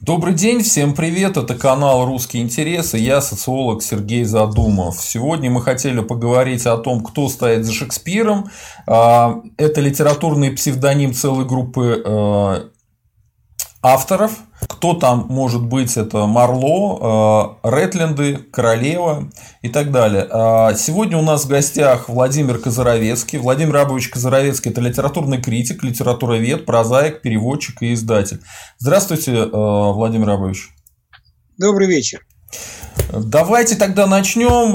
Добрый день, всем привет, это канал «Русские интересы», я социолог Сергей Задумов. Сегодня мы хотели поговорить о том, кто стоит за Шекспиром. Это литературный псевдоним целой группы авторов. Кто там может быть? Это Марло, Ретленды, Королева и так далее. Сегодня у нас в гостях Владимир Казаровецкий. Владимир Абович Казаровецкий – это литературный критик, литературовед, прозаик, переводчик и издатель. Здравствуйте, Владимир Абович. Добрый вечер. Давайте тогда начнем.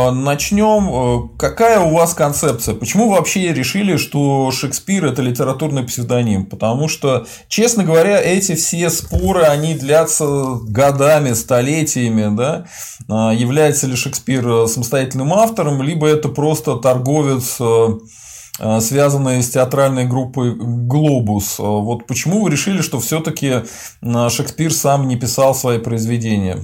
Какая у вас концепция? Почему вы вообще решили, что Шекспир – это литературный псевдоним? Потому что, честно говоря, эти все споры, они длятся годами, столетиями, да? Является ли Шекспир самостоятельным автором, либо это просто торговец, связанный с театральной группой «Глобус». Вот почему вы решили, что все-таки Шекспир сам не писал свои произведения?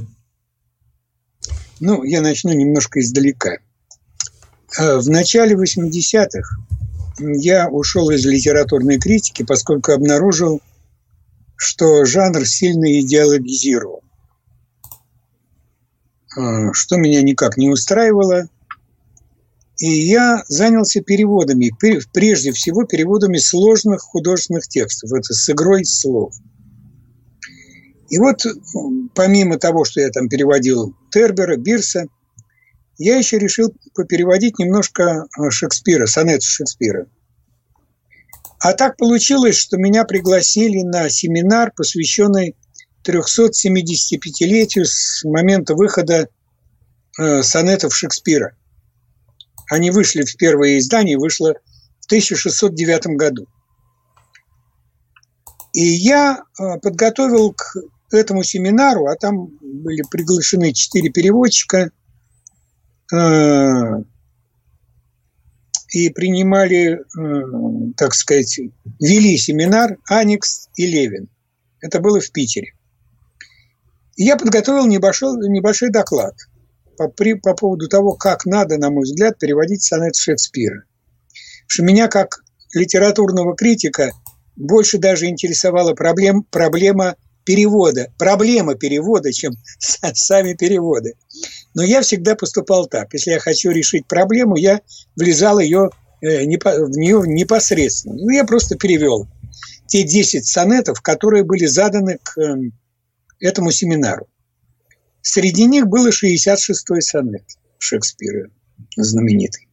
Я начну немножко издалека. В начале 80-х я ушел из литературной критики, поскольку обнаружил, что жанр сильно идеологизировал, что меня никак не устраивало. И я занялся переводами, прежде всего переводами сложных художественных текстов, это с игрой слов. И вот, помимо того, что я там переводил Тербера, Бирса, я еще решил попереводить немножко Шекспира, сонетов Шекспира. А так получилось, что меня пригласили на семинар, посвященный 375-летию с момента выхода сонетов Шекспира. Они вышли в первое издание, вышло в 1609 году. И я подготовил к этому семинару, а там были приглашены 4 переводчика, и принимали, так сказать, вели семинар Аникс и Левин. Это было в Питере. И я подготовил небольшой доклад по поводу того, как надо, на мой взгляд, переводить сонет Шекспира. Потому что меня, как литературного критика, больше даже интересовала проблема перевода, чем сами переводы. Но я всегда поступал так. Если я хочу решить проблему, я влезал в нее непосредственно. Я просто перевел те 10 сонетов, которые были заданы к этому семинару. Среди них был 66-й сонет Шекспира, знаменитый.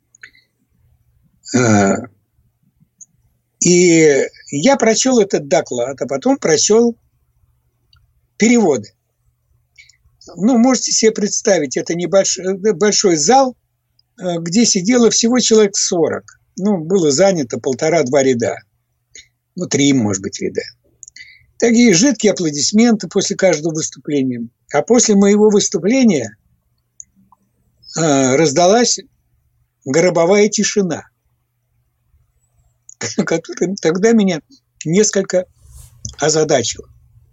И я прочел этот доклад, а потом прочел переводы. Можете себе представить, это большой зал, где сидело всего человек 40. Было занято 1,5-2 ряда. 3, может быть, ряда. Такие жидкие аплодисменты после каждого выступления. А после моего выступления раздалась гробовая тишина, которая тогда меня несколько озадачила.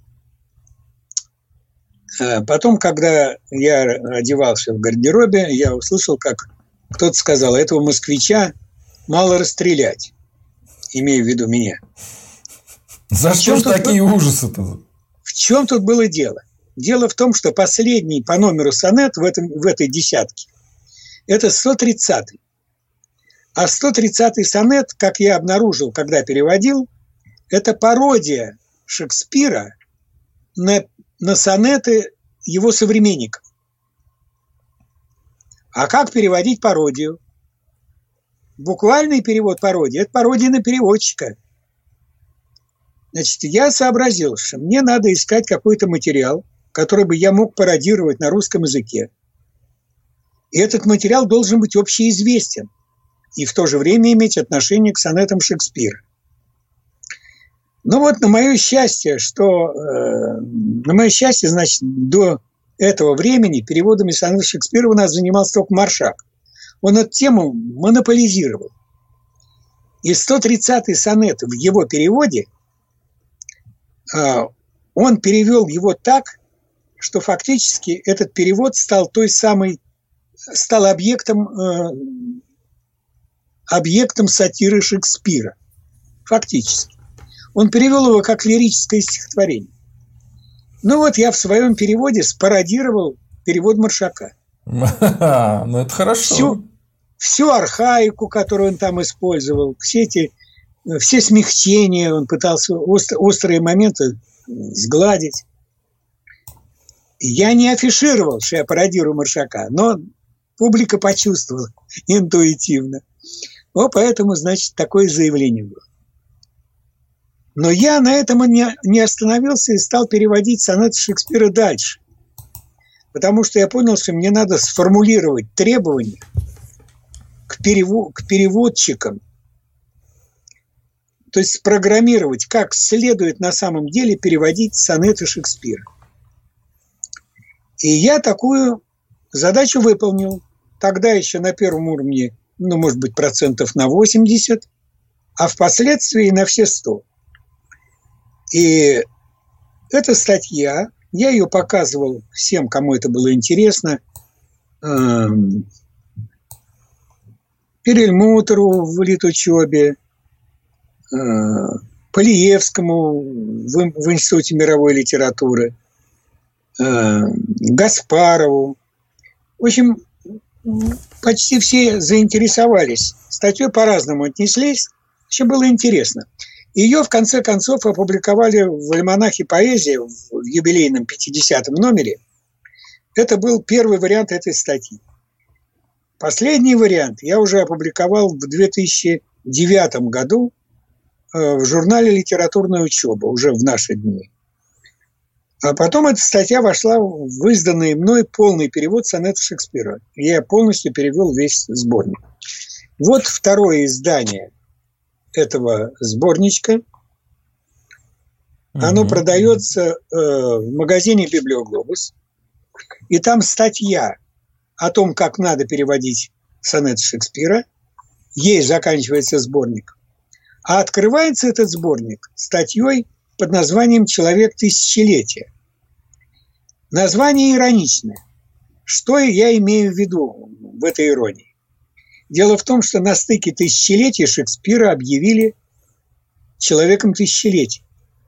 Потом, когда я одевался в гардеробе, я услышал, как кто-то сказал: этого москвича мало расстрелять, имея в виду меня. За что ж такие ужасы-то? В чем тут было дело? Дело в том, что последний по номеру сонет в этой десятке – это 130-й. А 130-й сонет, как я обнаружил, когда переводил, это пародия Шекспира на сонеты его современников. А как переводить пародию? Буквальный перевод пародии – это пародия на переводчика. Значит, я сообразил, что мне надо искать какой-то материал, который бы я мог пародировать на русском языке. И этот материал должен быть общеизвестен и в то же время иметь отношение к сонетам Шекспира. На мое счастье, значит, до этого времени переводами сонетов Шекспира у нас занимался только Маршак. Он эту тему монополизировал. И 130-й сонет в его переводе, он перевел его так, что фактически этот перевод стал объектом сатиры Шекспира. Фактически. Он перевел его как лирическое стихотворение. Ну вот я в своем переводе спародировал перевод Маршака. Ну, это хорошо. Всю архаику, которую он там использовал, все смягчения, он пытался острые моменты сгладить. Я не афишировал, что я пародирую Маршака, но публика почувствовала интуитивно. Поэтому, значит, такое заявление было. Но я на этом не остановился и стал переводить сонеты Шекспира дальше. Потому что я понял, что мне надо сформулировать требования к переводчикам. То есть спрограммировать, как следует на самом деле переводить сонеты Шекспира. И я такую задачу выполнил. Тогда еще на первом уровне, может быть, процентов на 80, а впоследствии на все 100. И эта статья, я ее показывал всем, кому это было интересно, Перельмутеру в Литучебе, Полиевскому в Институте мировой литературы, Гаспарову. В общем, почти все заинтересовались. Статьей по-разному отнеслись. Еще было интересно. Ее, в конце концов, опубликовали в «Альманахе поэзии» в юбилейном 50-м номере. Это был первый вариант этой статьи. Последний вариант я уже опубликовал в 2009 году в журнале «Литературная учеба», уже в наши дни. А потом эта статья вошла в изданный мной полный перевод сонетов Шекспира. Я полностью перевел весь сборник. Вот второе издание этого сборничка. Оно продается в магазине «Библиоглобус». И там статья о том, как надо переводить сонеты Шекспира. Ей заканчивается сборник. А открывается этот сборник статьей под названием «Человек тысячелетия». Название ироничное. Что я имею в виду в этой иронии? Дело в том, что на стыке тысячелетия Шекспира объявили человеком тысячелетия.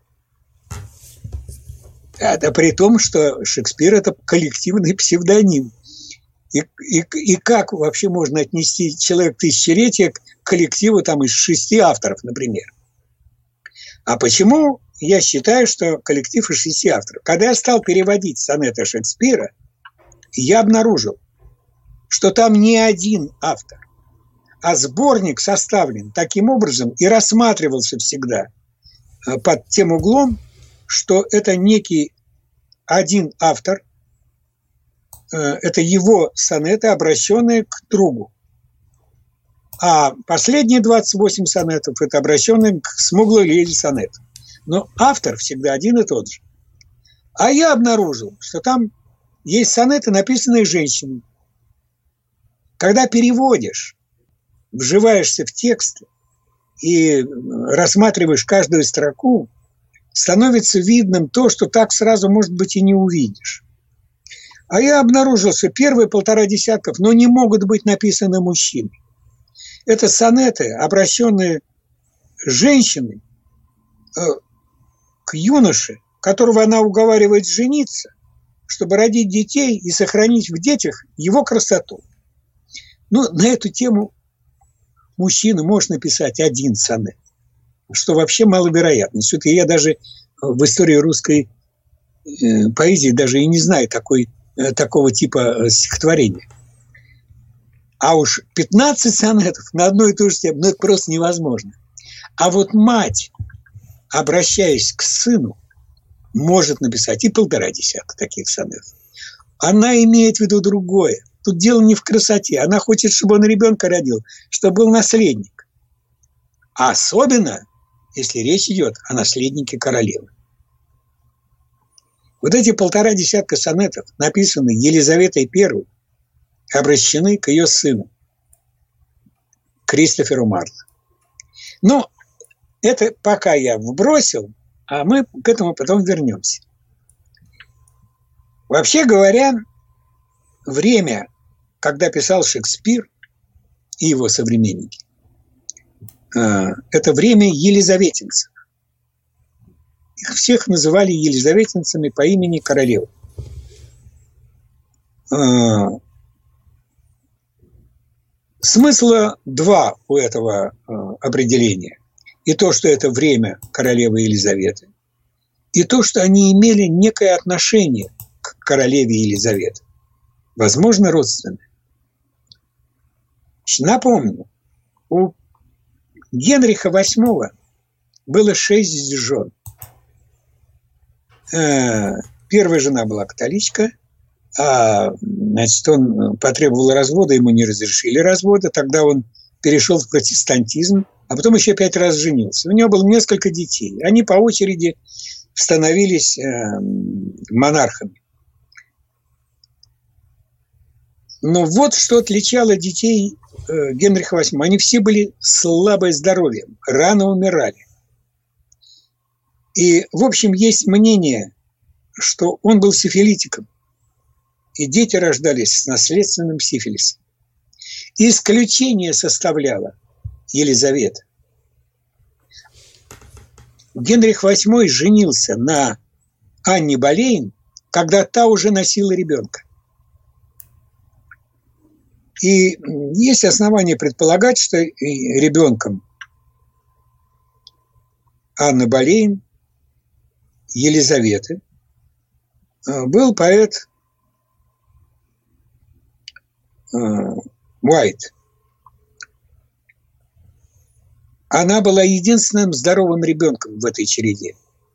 Это при том, что Шекспир – это коллективный псевдоним. И как вообще можно отнести человек тысячелетия к коллективу там, из 6 авторов, например? А почему я считаю, что коллектив из 6 авторов? Когда я стал переводить сонеты Шекспира, я обнаружил, что там не один автор, а сборник составлен таким образом и рассматривался всегда под тем углом, что это некий один автор, это его сонеты, обращенные к другу. А последние 28 сонетов – это обращенные к смуглой леди сонет. Но автор всегда один и тот же. А я обнаружил, что там есть сонеты, написанные женщинами. Когда переводишь, вживаешься в текст и рассматриваешь каждую строку, становится видным то, что так сразу, может быть, и не увидишь. А я обнаружил, что первые 1,5 десятка, не могут быть написаны мужчиной. Это сонеты, обращенные женщиной к юноше, которого она уговаривает жениться, чтобы родить детей и сохранить в детях его красоту. На эту тему мужчина может написать один сонет, что вообще маловероятно. Все-таки я даже в истории русской поэзии даже и не знаю такого типа стихотворения. А уж 15 сонетов на одну и ту же тему, это просто невозможно. А вот мать, обращаясь к сыну, может написать и 1,5 десятка таких сонетов. Она имеет в виду другое. Тут дело не в красоте. Она хочет, чтобы он ребенка родил, чтобы был наследник. А особенно, если речь идет о наследнике королевы. Вот эти 1,5 десятка сонетов, написанные Елизаветой I, обращены к ее сыну, Кристоферу Марло. Это пока я вбросил, а мы к этому потом вернемся. Вообще говоря, время, когда писал Шекспир и его современники, это время елизаветинцев. Их всех называли елизаветинцами по имени королевы. Смысла два у этого определения. И то, что это время королевы Елизаветы, и то, что они имели некое отношение к королеве Елизаветы. Возможно, родственное. Напомню, у Генриха VIII было 6 жен. Первая жена была католичка, значит, он потребовал развода, ему не разрешили развода, тогда он перешел в протестантизм, а потом еще 5 раз женился. У него было несколько детей. Они по очереди становились монархами. Но вот что отличало детей Генриха VIII. Они все были слабые здоровьем, рано умирали. И, в общем, есть мнение, что он был сифилитиком, и дети рождались с наследственным сифилисом. Исключение составляла Елизавета. Генрих VIII женился на Анне Болейн, когда та уже носила ребенка. И есть основания предполагать, что ребенком Анны Болейн, Елизаветы, был поэт Уайт. Она была единственным здоровым ребенком в этой череде.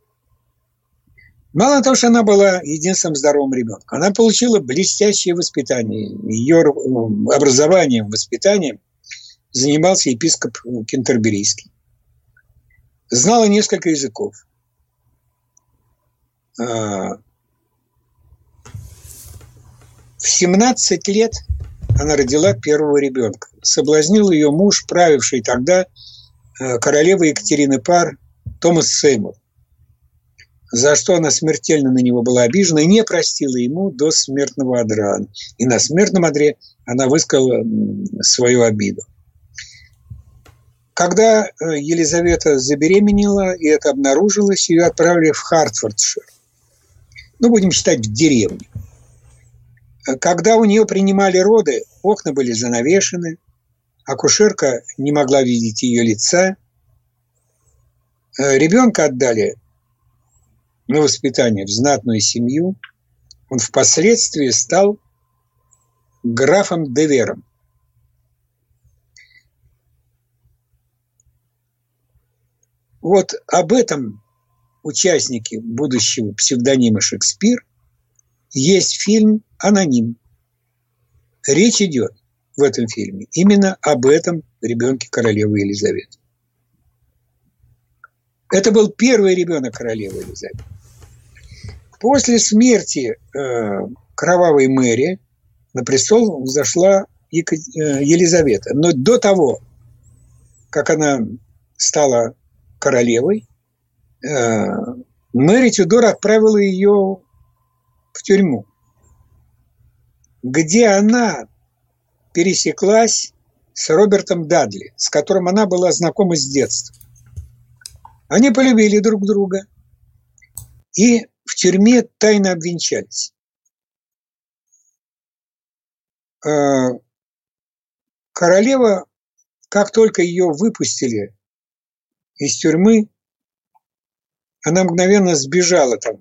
Мало того, что она была единственным здоровым ребенком, она получила блестящее воспитание. Ее образованием, воспитанием занимался епископ Кентерберийский. Знала несколько языков. В 17 лет она родила первого ребенка. Соблазнил ее муж, правивший тогда королевой Екатерины пар Томас Сеймур, за что она смертельно на него была обижена и не простила ему до смертного одра. И на смертном одре она высказала свою обиду. Когда Елизавета забеременела, и это обнаружилось, ее отправили в Хартфордшир. Будем считать, в деревню. Когда у нее принимали роды, окна были занавешены, акушерка не могла видеть ее лица. Ребенка отдали на воспитание в знатную семью. Он впоследствии стал графом де Вером. Вот об этом участнике будущего псевдонима Шекспир есть фильм «Аноним». Речь идет в этом фильме именно об этом ребенке королевы Елизаветы. Это был первый ребенок королевы Елизаветы. После смерти кровавой Мэри на престол взошла Елизавета. Но до того, как она стала королевой, Мэри Тюдор отправила ее в тюрьму, где она пересеклась с Робертом Дадли, с которым она была знакома с детства. Они полюбили друг друга и в тюрьме тайно обвенчались. Королева, как только ее выпустили из тюрьмы, она мгновенно сбежала там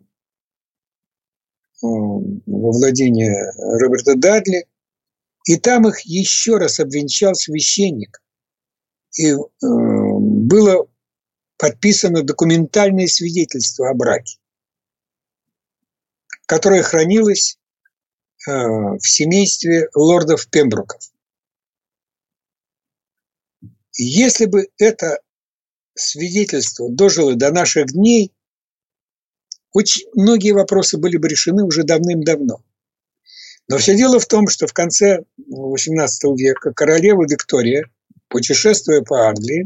во владение Роберта Дадли, и там их еще раз обвенчал священник. И было подписано документальное свидетельство о браке, которое хранилось в семействе лордов Пембруков. Если бы это свидетельство дожило до наших дней, очень многие вопросы были бы решены уже давным-давно. Но все дело в том, что в конце XVIII века королева Виктория, путешествуя по Англии,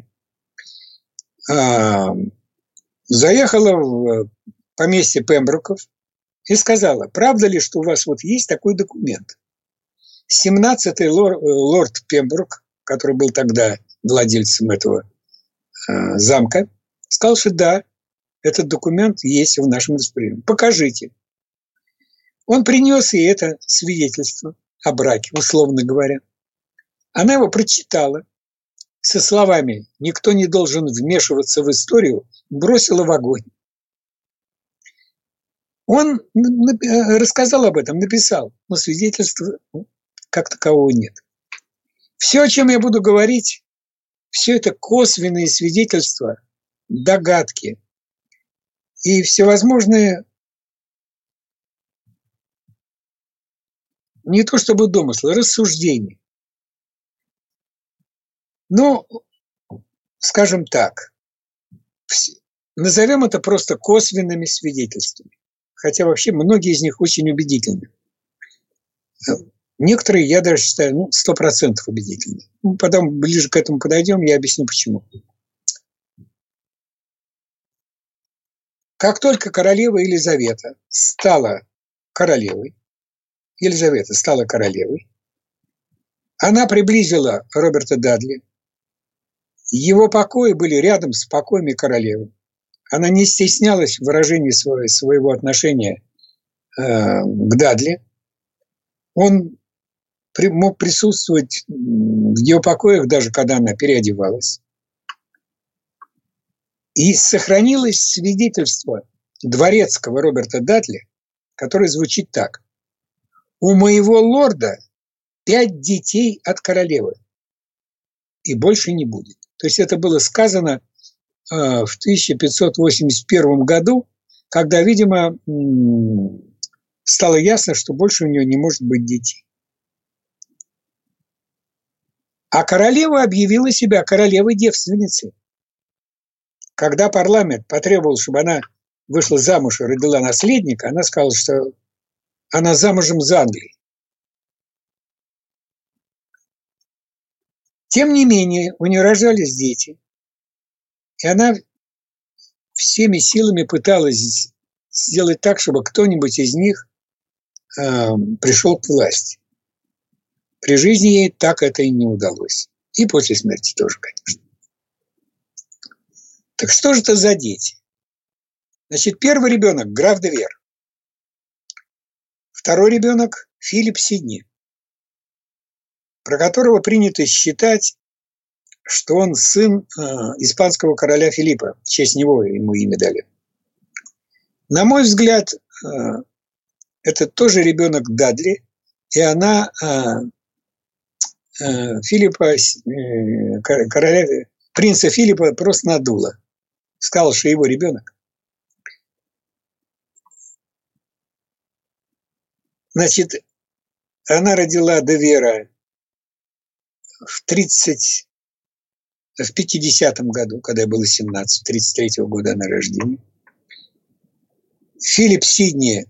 заехала в поместье Пембруков и сказала: правда ли, что у вас вот есть такой документ? 17-й лорд Пембрук, который был тогда владельцем этого замка, сказал, что да, Этот документ есть в нашем распоряжении. Покажите. Он принес ей это свидетельство о браке, условно говоря. Она его прочитала со словами «никто не должен вмешиваться в историю», бросила в огонь. Он рассказал об этом, написал, но свидетельства как такового нет. Все, о чем я буду говорить, все это косвенные свидетельства, догадки и всевозможные, не то чтобы домыслы, рассуждения. Ну, скажем так, назовем это просто косвенными свидетельствами. Хотя вообще многие из них очень убедительны. Некоторые, я даже считаю, 100% убедительны. Потом ближе к этому подойдем, я объясню, почему. Как только королева Елизавета стала королевой, она приблизила Роберта Дадли. Его покои были рядом с покоями королевы. Она не стеснялась в выражении своего отношения к Дадли. Он мог присутствовать в ее покоях, даже когда она переодевалась. И сохранилось свидетельство дворецкого Роберта Дадли, которое звучит так. У моего лорда 5 детей от королевы. И больше не будет. То есть это было сказано в 1581 году, когда, видимо, стало ясно, что больше у нее не может быть детей. А королева объявила себя королевой-девственницей. Когда парламент потребовал, чтобы она вышла замуж и родила наследника, она сказала, что она замужем за Англией. Тем не менее, у нее рождались дети, и она всеми силами пыталась сделать так, чтобы кто-нибудь из них пришел к власти. При жизни ей так это и не удалось. И после смерти тоже, конечно. Так что же это за дети? Значит, первый ребенок – граф де Вер. Второй ребенок – Филипп Сидни, про которого принято считать, что он сын испанского короля Филиппа. В честь него ему имя дали. На мой взгляд, это тоже ребенок Дадли, и она принца Филиппа просто надула. Сказала, что его ребенок. Значит, она родила де Вера в 50-м году, когда ей было 17, 33-го года она рождения. Филипп Сидни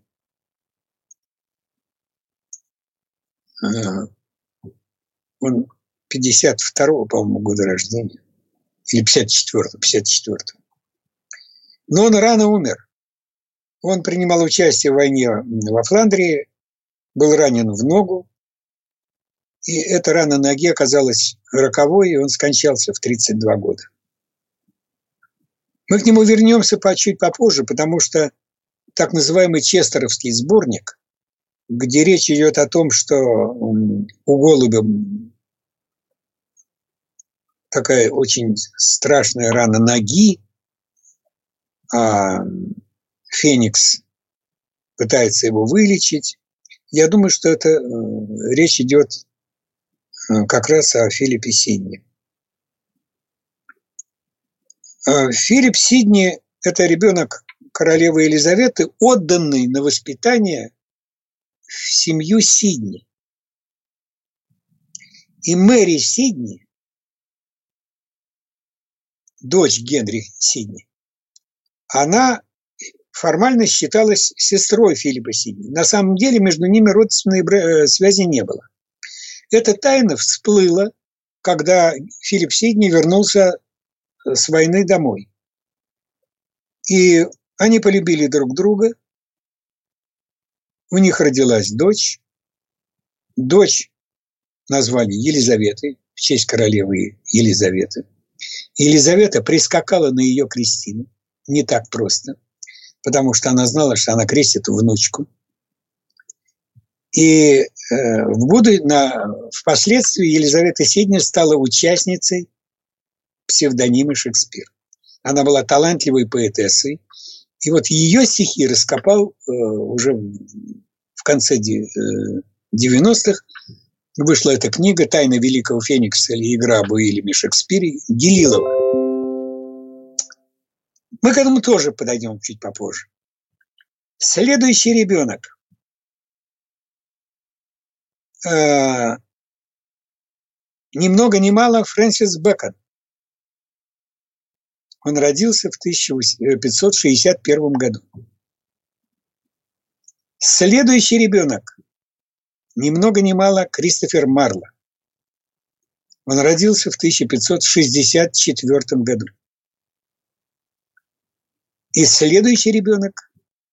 он 52-го, по-моему, года рождения. Или 54-го. Но он рано умер. Он принимал участие в войне во Фландрии, был ранен в ногу. И эта рана ноги оказалась роковой, и он скончался в 32 года. Мы к нему вернемся чуть попозже, потому что так называемый Честеровский сборник, где речь идет о том, что у голубя такая очень страшная рана ноги, а Феникс пытается его вылечить. Я думаю, что это речь идет как раз о Филиппе Сидни. Филипп Сидни – это ребенок королевы Елизаветы, отданный на воспитание в семью Сидни. И Мэри Сидни, дочь Генри Сидни, она формально считалась сестрой Филиппа Сидни. На самом деле между ними родственной связи не было. Эта тайна всплыла, когда Филипп Сидни вернулся с войны домой. И они полюбили друг друга. У них родилась дочь. Дочь назвали Елизаветой, в честь королевы Елизаветы. Елизавета прискакала на ее крестины. не так просто, потому что она знала, что она крестит внучку. И впоследствии Елизавета Седнер стала участницей псевдонима Шекспир. Она была талантливой поэтессой. И вот ее стихи раскопал уже в конце 90-х. Вышла эта книга «Тайна великого Феникса» или «Игра об Уильяме Шекспире» Гелилова. Мы к этому тоже подойдем чуть попозже. Следующий ребенок. Ни много ни мало Фрэнсис Бэкон. Он родился в 1561 году. Следующий ребенок. Ни много ни мало Кристофер Марло. Он родился в 1564 году. И следующий ребенок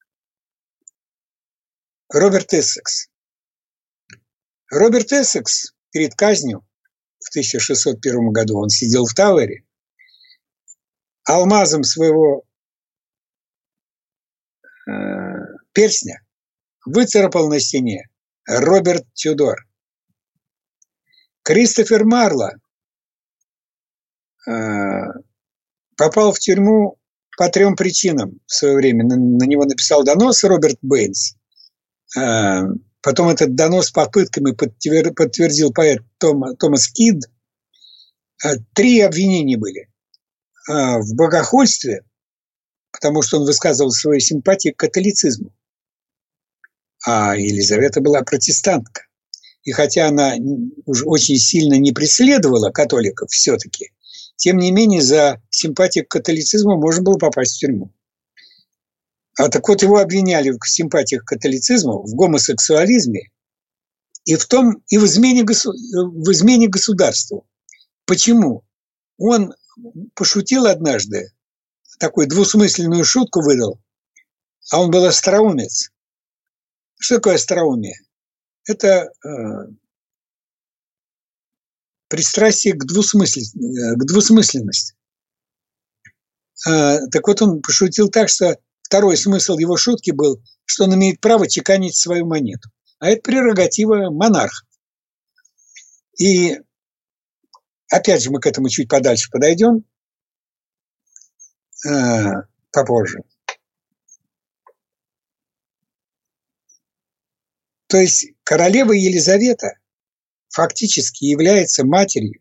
Роберт Эссекс. Роберт Эссекс перед казнью в 1601 году он сидел в Тауэре, алмазом своего перстня выцарапал на стене Роберт Тюдор. Кристофер Марло попал в тюрьму по 3 причинам в свое время. На него написал донос Роберт Бэйнс. Потом этот донос попытками подтвердил поэт Томас Кид. 3 обвинения были. В богохульстве, потому что он высказывал свою симпатию к католицизму. А Елизавета была протестантка. И хотя она уж очень сильно не преследовала католиков все-таки, тем не менее за симпатию к католицизму можно было попасть в тюрьму. Так вот, его обвиняли в симпатиях к католицизму, в гомосексуализме и в измене государству. Почему? Он пошутил однажды, такую двусмысленную шутку выдал, а он был остроумец. Что такое остроумие? Это пристрастие к двусмысленности. Так вот, он пошутил так, что второй смысл его шутки был, что он имеет право чеканить свою монету. А это прерогатива монарха. И опять же мы к этому чуть подальше подойдем попозже. То есть королева Елизавета фактически является матерью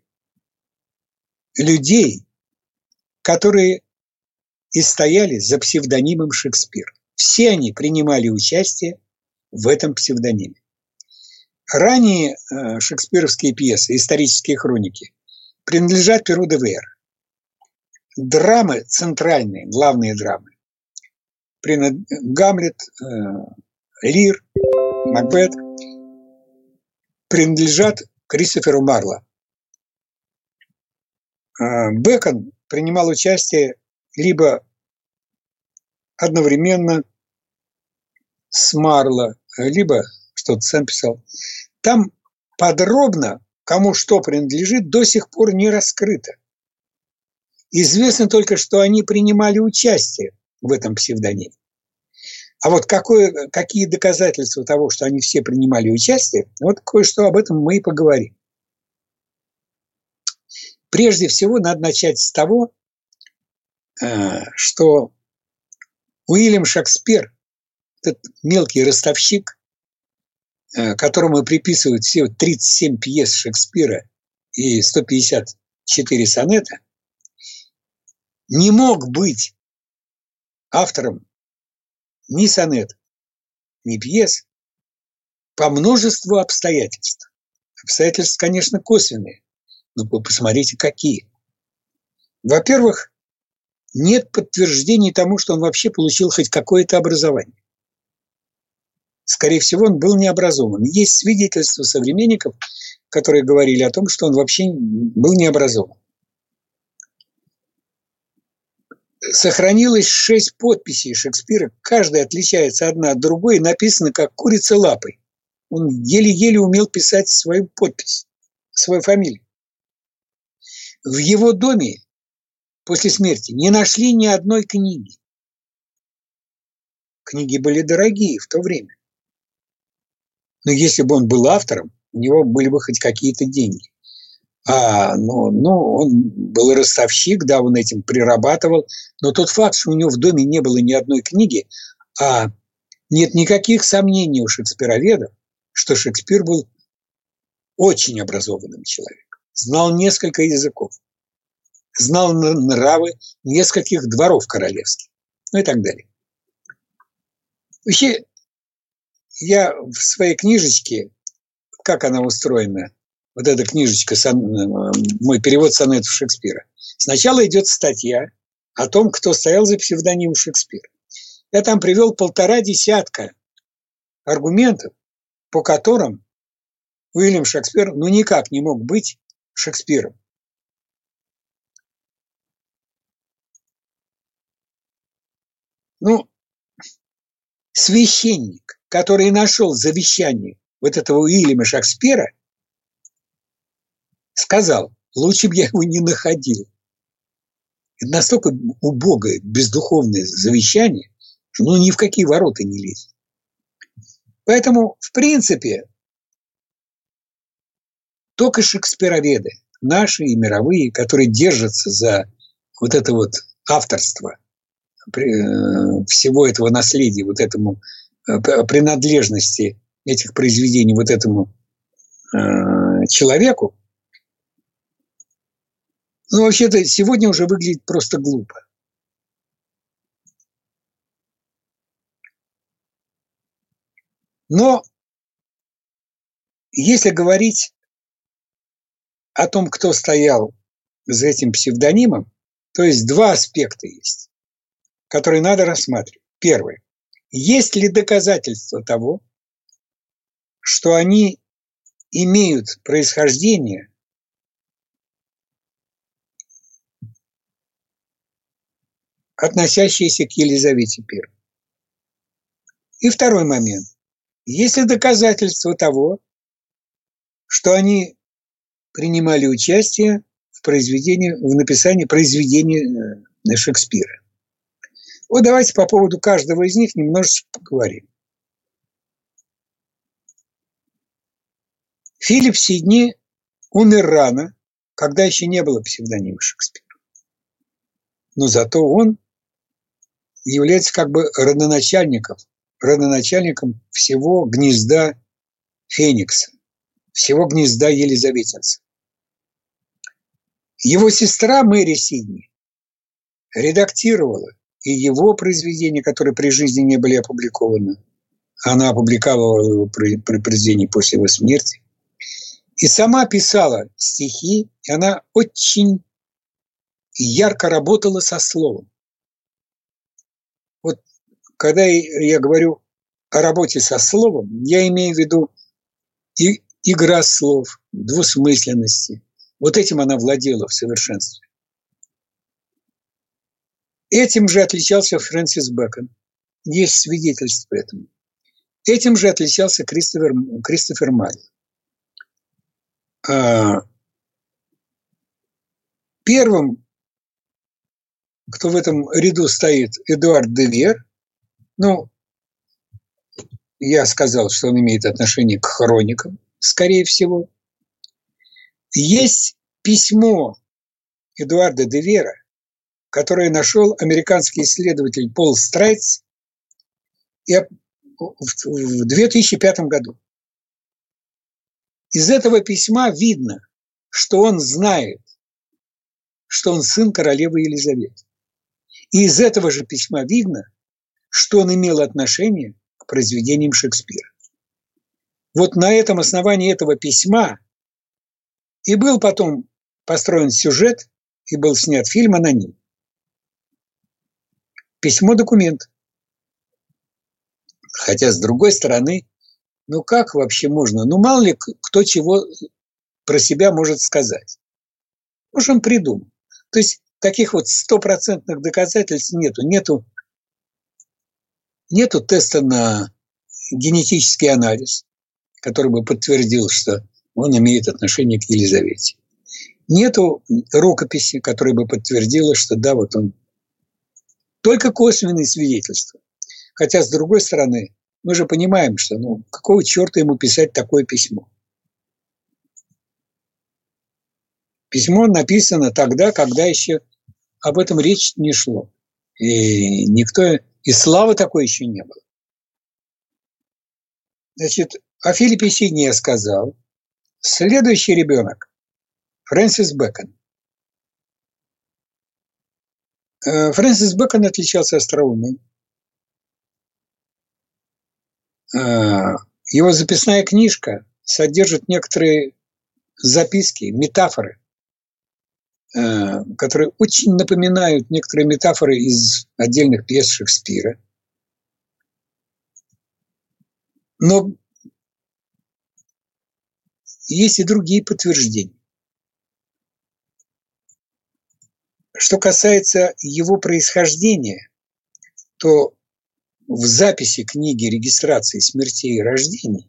людей, которые и стояли за псевдонимом Шекспир. Все они принимали участие в этом псевдониме. Ранее шекспировские пьесы, исторические хроники, принадлежат Перу де Вейер. Драмы центральные, главные драмы, Гамлет, Лир, Макбет, принадлежат Кристоферу Марло. Бэкон принимал участие либо одновременно с Марло, либо что-то сам писал. Там подробно, кому что принадлежит, до сих пор не раскрыто. Известно только, что они принимали участие в этом псевдониме. А вот какие доказательства того, что они все принимали участие, вот кое-что об этом мы и поговорим. Прежде всего, надо начать с того, что Уильям Шекспир, этот мелкий ростовщик, которому приписывают всего 37 пьес Шекспира и 154 сонета, не мог быть автором ни сонет, ни пьес по множеству обстоятельств. Обстоятельства, конечно, косвенные, но посмотрите, какие. Во-первых, нет подтверждений тому, что он вообще получил хоть какое-то образование. Скорее всего, он был необразован. Есть свидетельства современников, которые говорили о том, что он вообще был необразован. Сохранилось 6 подписей Шекспира, каждая отличается одна от другой, и написано как курица лапой. Он еле-еле умел писать свою подпись, свою фамилию. В его доме после смерти не нашли ни одной книги. книги были дорогие в то время. Но если бы он был автором, у него были бы хоть какие-то деньги. Он был ростовщик, да, он этим прирабатывал. Но тот факт, что у него в доме не было ни одной книги, а нет никаких сомнений у шекспироведов, что Шекспир был очень образованным человеком, знал несколько языков, знал нравы нескольких дворов королевских, ну и так далее. Вообще, я в своей книжечке, как она устроена, вот эта книжечка, мой перевод сонетов Шекспира, сначала идет статья о том, кто стоял за псевдонимом Шекспира. Я там привел 1,5 десятка аргументов, по которым Уильям Шекспир никак не мог быть Шекспиром. Священник, который нашел завещание вот этого Уильяма Шекспира, сказал, лучше бы я его не находил. Это настолько убогое, бездуховное завещание, что ни в какие ворота не лезет. Поэтому, в принципе, только шекспироведы, наши и мировые, которые держатся за вот это вот авторство всего этого наследия, вот этому принадлежности этих произведений вот этому человеку, вообще-то сегодня уже выглядит просто глупо. Но если говорить о том, кто стоял за этим псевдонимом, то есть два аспекта есть, которые надо рассматривать. Первое. Есть ли доказательства того, что они имеют происхождение относящиеся к Елизавете I? И второй момент. Есть ли доказательства того, что они принимали участие в написании произведения Шекспира? Вот давайте по поводу каждого из них немножечко поговорим. Филипп Сидни умер рано, когда еще не было псевдонима Шекспира. Но зато он является как бы родоначальником всего гнезда Феникса, всего гнезда Елизаветинцев. Его сестра Мэри Сидни редактировала и его произведения, которые при жизни не были опубликованы. Она опубликовала его произведения после его смерти. И сама писала стихи, и она очень ярко работала со словом. Вот когда я говорю о работе со словом, я имею в виду и игра слов, двусмысленности. Вот этим она владела в совершенстве. Этим же отличался Фрэнсис Бэкон. Есть свидетельство этому. Этим же отличался Кристофер Марли. Первым, кто в этом ряду стоит, Эдуард де Вер. Я сказал, что он имеет отношение к хроникам, скорее всего. Есть письмо Эдуарда де Вера, которое нашел американский исследователь Пол Страйтс в 2005 году. Из этого письма видно, что он знает, что он сын королевы Елизаветы. И из этого же письма видно, что он имел отношение к произведениям Шекспира. Вот на этом основании этого письма и был потом построен сюжет, и был снят фильм «Аноним». Письмо-документ. Хотя, с другой стороны, как вообще можно? Мало ли кто чего про себя может сказать. Может, он придумал. То есть, таких вот 100% доказательств нету. Нету теста на генетический анализ, который бы подтвердил, что он имеет отношение к Елизавете. Нету рукописи, которая бы подтвердила, что да, вот он. Только косвенные свидетельства. Хотя, с другой стороны, мы же понимаем, что какого черта ему писать такое письмо? Письмо написано тогда, когда еще об этом речь не шло. И никто, и славы такой еще не было. Значит, о Филиппе Сидне я сказал. Следующий ребенок – Фрэнсис Бэкон. Фрэнсис Бэкон отличался остроумием. Его записная книжка содержит некоторые записки, метафоры, которые очень напоминают некоторые метафоры из отдельных пьес Шекспира. Но есть и другие подтверждения. Что касается его происхождения, то в записи книги регистрации смертей и рождений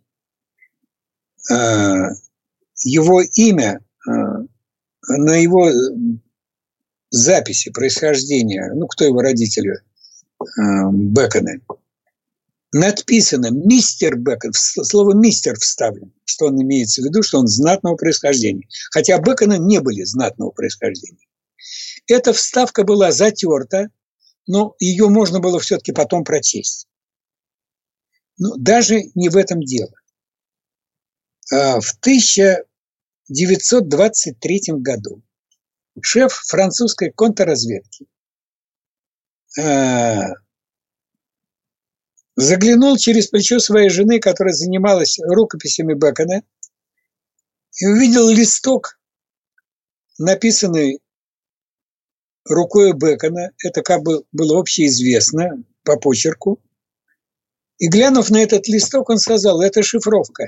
его имя на его записи происхождения, кто его родители, Бэконы, надписано «Мистер Бэкон», слово «мистер» вставлено, что он имеется в виду, что он знатного происхождения. Хотя Бэконы не были знатного происхождения. Эта вставка была затерта, но ее можно было все-таки потом прочесть. Но даже не в этом дело. В 1923 году шеф французской контрразведки заглянул через плечо своей жены, которая занималась рукописями Бэкона, и увидел листок, написанный рукой Бэкона. Это как бы было общеизвестно по почерку. И, глянув на этот листок, он сказал: это шифровка.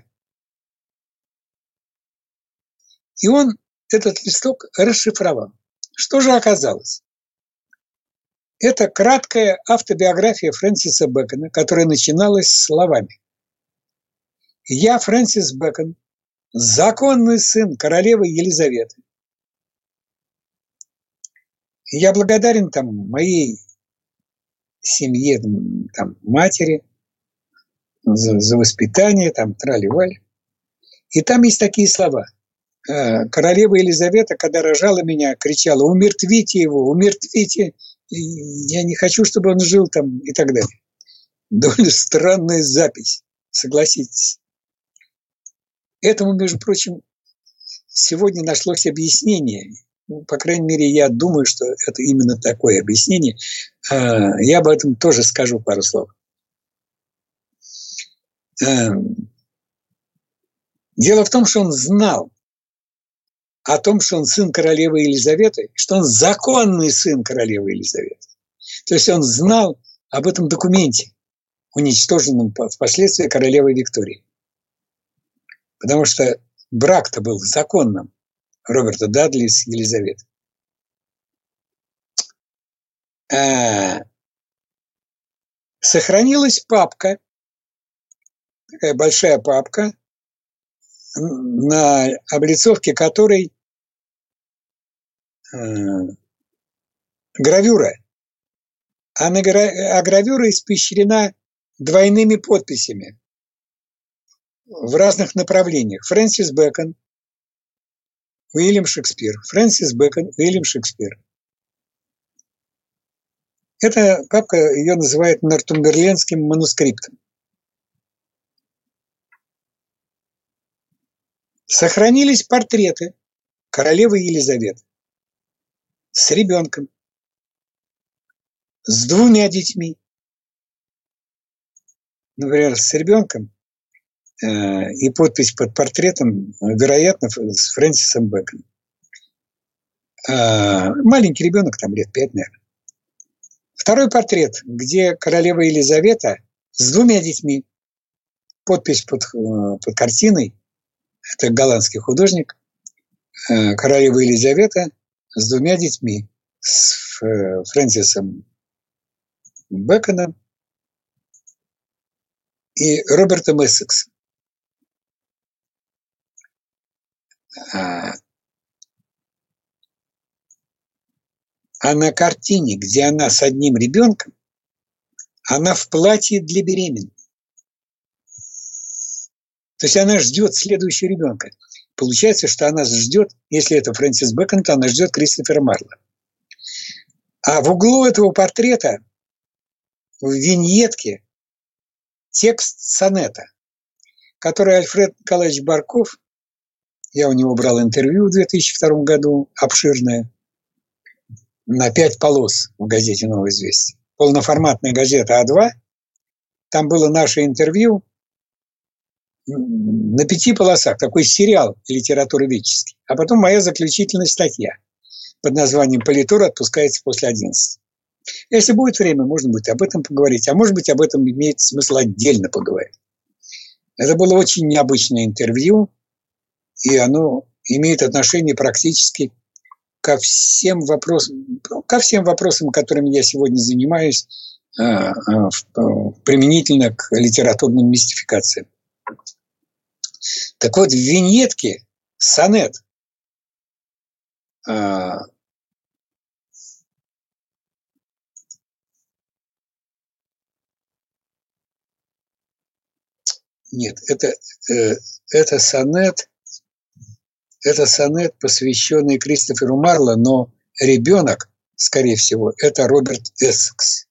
И он этот листок расшифровал. Что же оказалось? Это краткая автобиография Фрэнсиса Бэкона, которая начиналась словами: «Я, Фрэнсис Бэкон, законный сын королевы Елизаветы. Я благодарен моей семье, матери за воспитание, трали-вали». И там есть такие слова. Королева Елизавета, когда рожала меня, кричала: «Умертвите его, умертвите! Я не хочу, чтобы он жил там», и так далее. Довольно странная запись, согласитесь. Этому, между прочим, сегодня нашлось объяснение. По крайней мере, я думаю, что это именно такое объяснение. Я об этом тоже скажу пару слов. Дело в том, что он знал о том, что он сын королевы Елизаветы, что он законный сын королевы Елизаветы. То есть он знал об этом документе, уничтоженном впоследствии королевой Викторией. Потому что брак-то был законным Роберта Дадли с Елизаветой. Сохранилась папка, такая большая папка, на облицовке которой гравюра. А гравюра испещрена двойными подписями в разных направлениях. Фрэнсис Бэкон, Уильям Шекспир. Фрэнсис Бэкон, Уильям Шекспир. Эта папка, ее называют нортумберлендским манускриптом. Сохранились портреты королевы Елизаветы с ребенком, с 2 детьми. Например, с ребенком, и подпись под портретом, вероятно, с Фрэнсисом Бэконом. Маленький ребенок, лет 5, наверное. Второй портрет, где королева Елизавета с 2 детьми. Подпись под картиной. Это голландский художник. Королева Елизавета с 2 детьми. С Фрэнсисом Бэконом и Робертом Эссексом. А на картине, где она с одним ребенком, Она в платье для беременных. То есть она ждет следующего ребенка. Получается, что она ждет, если это Фрэнсис Бэкон, то она ждет Кристофера Марла. А в углу этого портрета, в виньетке, текст сонета, который Альфред Николаевич Барков, я у него брал интервью в 2002 году, обширное, на 5 полос в газете «Новое известие». Полноформатная газета А2. Там было наше интервью на 5 полосах. Такой сериал литературы веческий. А потом моя заключительная статья под названием «Политур отпускается после 11». Если будет время, можно будет об этом поговорить. А может быть, об этом имеет смысл отдельно поговорить. Это было очень необычное интервью, и оно имеет отношение практически ко всем вопросам, которыми я сегодня занимаюсь, применительно к литературным мистификациям. Так вот, в виньетке сонет нет, это сонет, посвященный Кристоферу Марло, но ребенок, скорее всего, это Роберт Эссекс,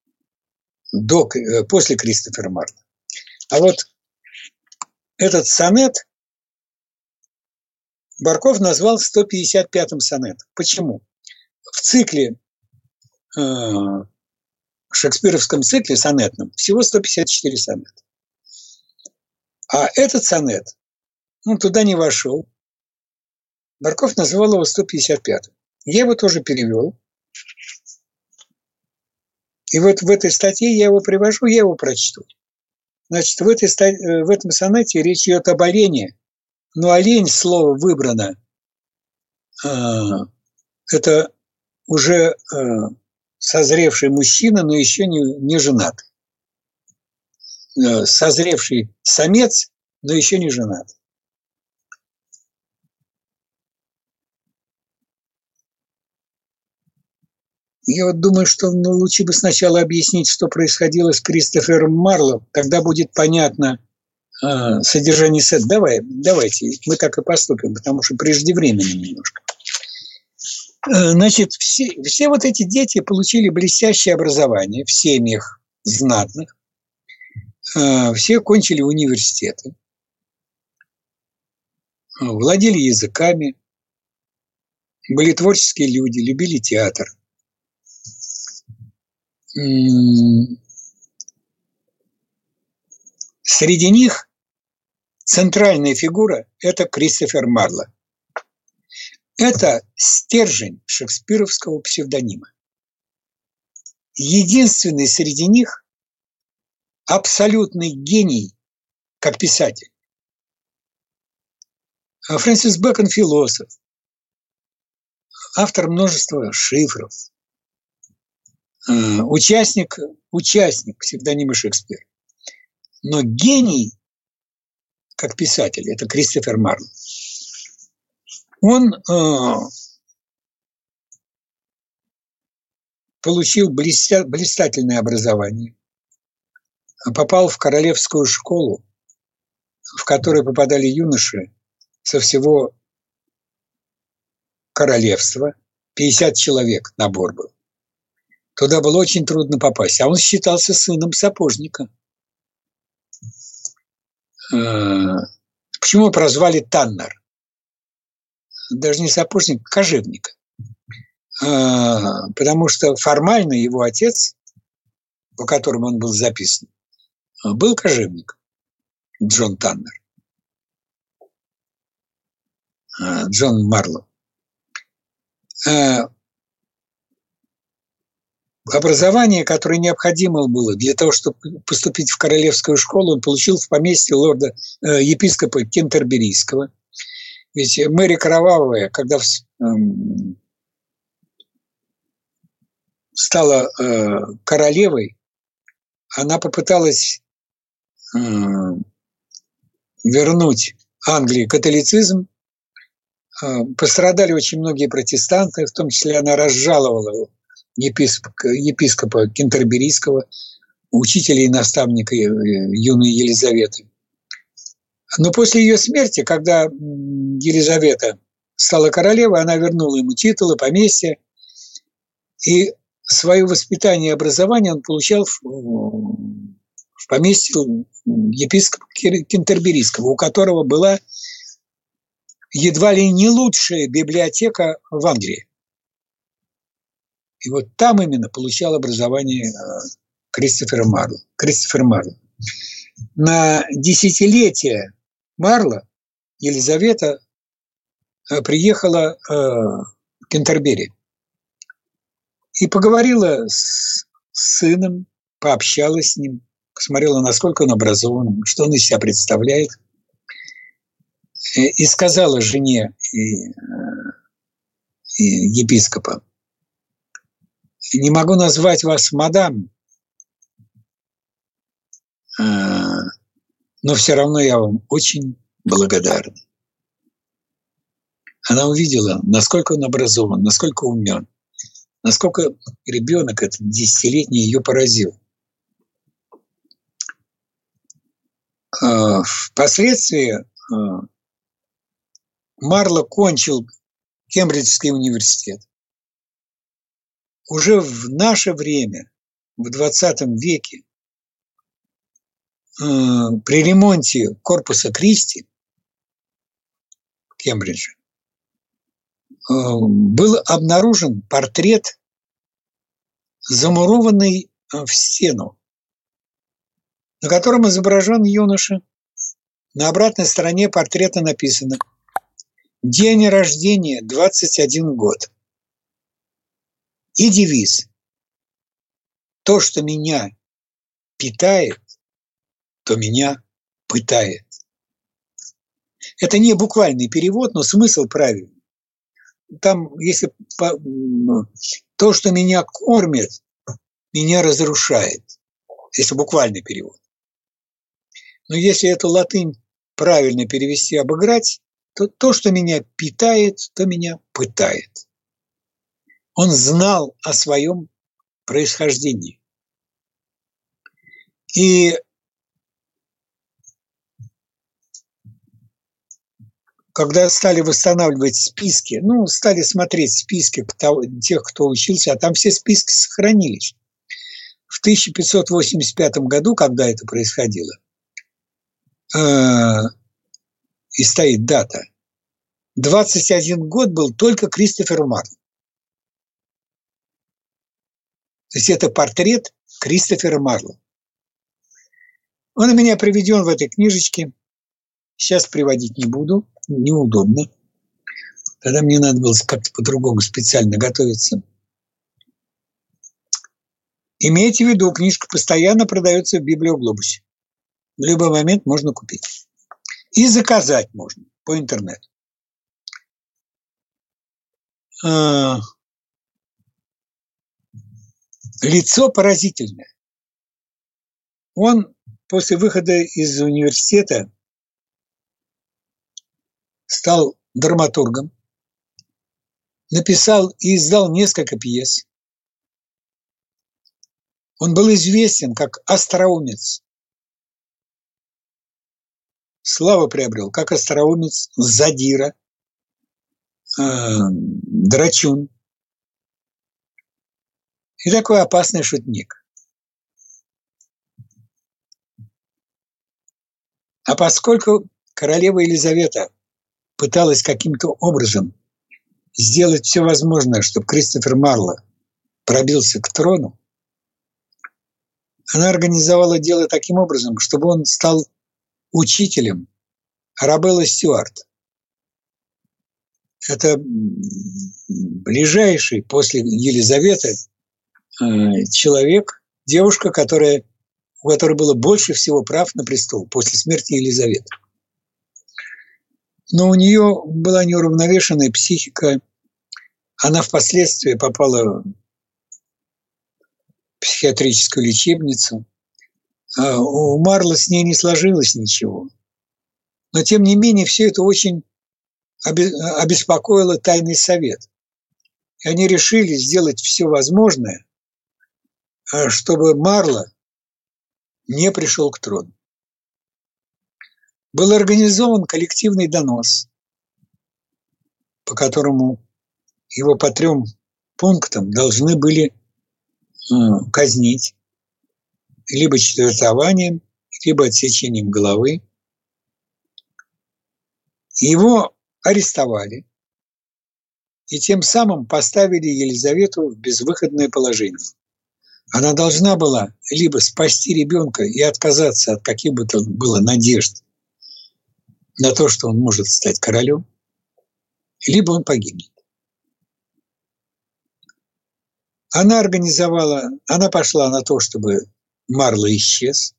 после Кристофера Марло. А вот этот сонет Барков назвал 155-м сонетом. Почему? В цикле, шекспировском цикле сонетном всего 154 сонета. А этот сонет, он туда не вошел. Барков назвал его 155-м. Я его тоже перевел. И вот в этой статье я его привожу, я его прочту. Значит, в этом сонете речь идет об олене. Но олень, слово выбрано, это уже созревший мужчина, но еще не женатый. Созревший самец, но еще не женат. Я вот думаю, что лучше бы сначала объяснить, что происходило с Кристофером Марло. Тогда будет понятно содержание сета. Давайте, мы так и поступим, потому что преждевременно немножко. Значит, все вот эти дети получили блестящее образование в семьях знатных. Все кончили университеты. Владели языками. Были творческие люди, любили театр. Среди них центральная фигура – это Кристофер Марло. Это стержень шекспировского псевдонима. Единственный среди них абсолютный гений как писатель. Фрэнсис Бэкон – философ, автор множества шифров, участник псевдонима Шекспира. Но гений как писатель – это Кристофер Марло. Он получил блистательное образование, попал в королевскую школу, в которую попадали юноши со всего королевства. 50 человек набор был. Туда было очень трудно попасть. А он считался сыном сапожника. Почему прозвали Таннер? Даже не сапожник, кожевник. Потому что формально его отец, по которому он был записан, был кожевник. Джон Таннер. Джон Марло. Образование, которое необходимо было для того, чтобы поступить в королевскую школу, он получил в поместье епископа Кентерберийского. Ведь Мэри Кровавая, когда стала королевой, она попыталась вернуть Англии католицизм. Пострадали очень многие протестанты, в том числе она разжаловала епископа Кентерберийского. учителя и наставника юной Елизаветы. Но после ее смерти, когда Елизавета стала королевой, она вернула ему титулы, поместье, и свое воспитание и образование он получал в поместье епископа Кентерберийского, у которого была едва ли не лучшая библиотека в Англии. И вот там именно получал образование Кристофер Марло. На десятилетие Марло Елизавета приехала в Кентербери и поговорила с сыном, пообщалась с ним, посмотрела, насколько он образован, что он из себя представляет, и сказала жене и епископа: не могу назвать вас мадам, но все равно я вам очень благодарна. Она увидела, насколько он образован, насколько умен, насколько ребенок этот 10-летний ее поразил. Впоследствии Марло кончил Кембриджский университет. Уже в наше время, в 20 веке, при ремонте корпуса Кристи в Кембридже был обнаружен портрет, замурованный в стену, на котором изображен юноша. На обратной стороне портрета написано: день рождения 21 год. И девиз: то, что меня питает, то меня пытает. Это не буквальный перевод, но смысл правильный. Там, если то, что меня кормит, меня разрушает, если буквальный перевод. Но если эту латынь правильно перевести, обыграть, то то, что меня питает, то меня пытает. Он знал о своем происхождении. И когда стали восстанавливать списки, стали смотреть списки тех, кто учился, а там все списки сохранились. В 1585 году, когда это происходило, и стоит дата, 21 год был только Кристоферу Марло. То есть это портрет Кристофера Марло. Он у меня приведен в этой книжечке. Сейчас приводить не буду, неудобно. Тогда мне надо было как-то по-другому специально готовиться. Имейте в виду, книжка постоянно продается в Библиоглобусе. В любой момент можно купить. И заказать можно по интернету. Лицо поразительное. Он после выхода из университета стал драматургом, написал и издал несколько пьес. Он был известен как остроумец. Славу приобрел как остроумец, задира, драчун и такой опасный шутник. А поскольку королева Елизавета пыталась каким-то образом сделать все возможное, чтобы Кристофер Марло пробился к трону, она организовала дело таким образом, чтобы он стал учителем Арабеллы Стюарт. Это ближайший после Елизаветы человек, девушка, у которой было больше всего прав на престол после смерти Елизаветы. Но у нее была неуравновешенная психика. Она впоследствии попала в психиатрическую лечебницу. У Марло с ней не сложилось ничего. Но, тем не менее, все это очень обеспокоило Тайный совет. И они решили сделать все возможное, чтобы Марло не пришел к трону. Был организован коллективный донос, по которому его по 3 пунктам должны были казнить либо четвертованием, либо отсечением головы. Его арестовали и тем самым поставили Елизавету в безвыходное положение. Она должна была либо спасти ребенка и отказаться от каких бы то было надежд на то, что он может стать королем, либо он погибнет. Она пошла на то, чтобы Марло исчез.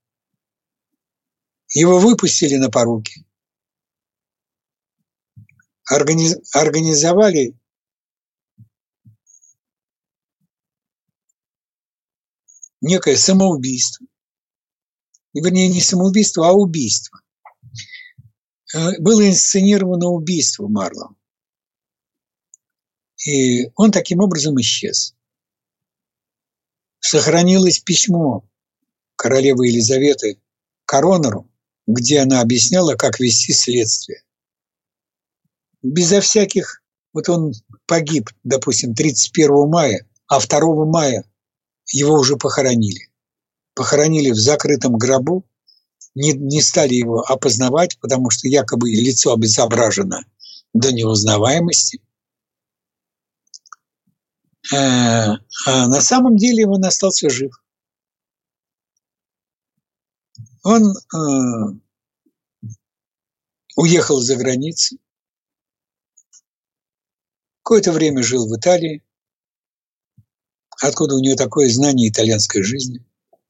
Его выпустили на поруки. Организовали некое самоубийство. Вернее, не самоубийство, а убийство. Было инсценировано убийство Марло. И он таким образом исчез. Сохранилось письмо королевы Елизаветы коронеру, где она объясняла, как вести следствие. Безо всяких... Вот он погиб, допустим, 31 мая, а 2 мая его уже похоронили. Похоронили в закрытом гробу, не стали его опознавать, потому что якобы лицо обезображено до неузнаваемости. А на самом деле он остался жив. Он уехал за границу, какое-то время жил в Италии, откуда у него такое знание итальянской жизни.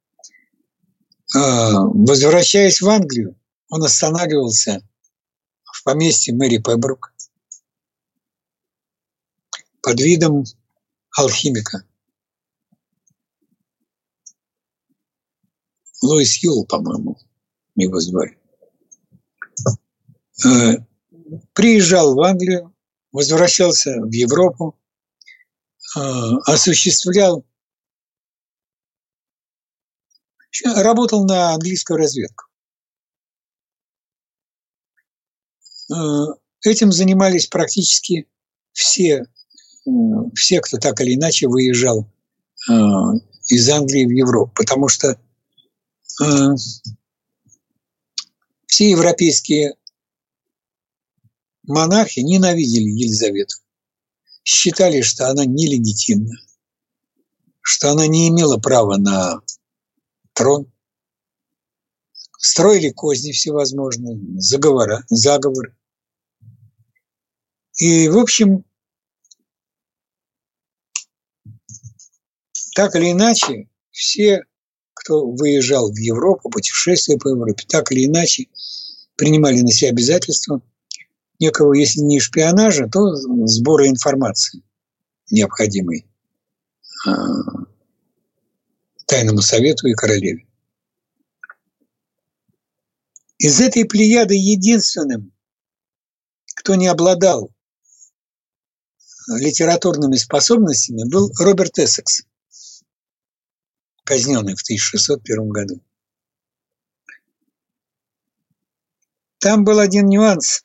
Возвращаясь в Англию, он останавливался в поместье Мэри Пеббрук под видом алхимика. Луис Юл, по-моему, его звали. Приезжал в Англию, возвращался в Европу, работал на английскую разведку. Этим занимались практически все, кто так или иначе выезжал из Англии в Европу, потому что все европейские монархи ненавидели Елизавету, считали, что она нелегитимна, что она не имела права на трон, строили козни всевозможные, заговоры. И, в общем, так или иначе, все, кто выезжал в Европу, путешествия по Европе, так или иначе принимали на себя обязательства некого, если не шпионажа, то сбора информации, необходимой Тайному совету и королеве. Из этой плеяды единственным, кто не обладал литературными способностями, был Роберт Эссекс, казненный в 1601 году. Там был один нюанс.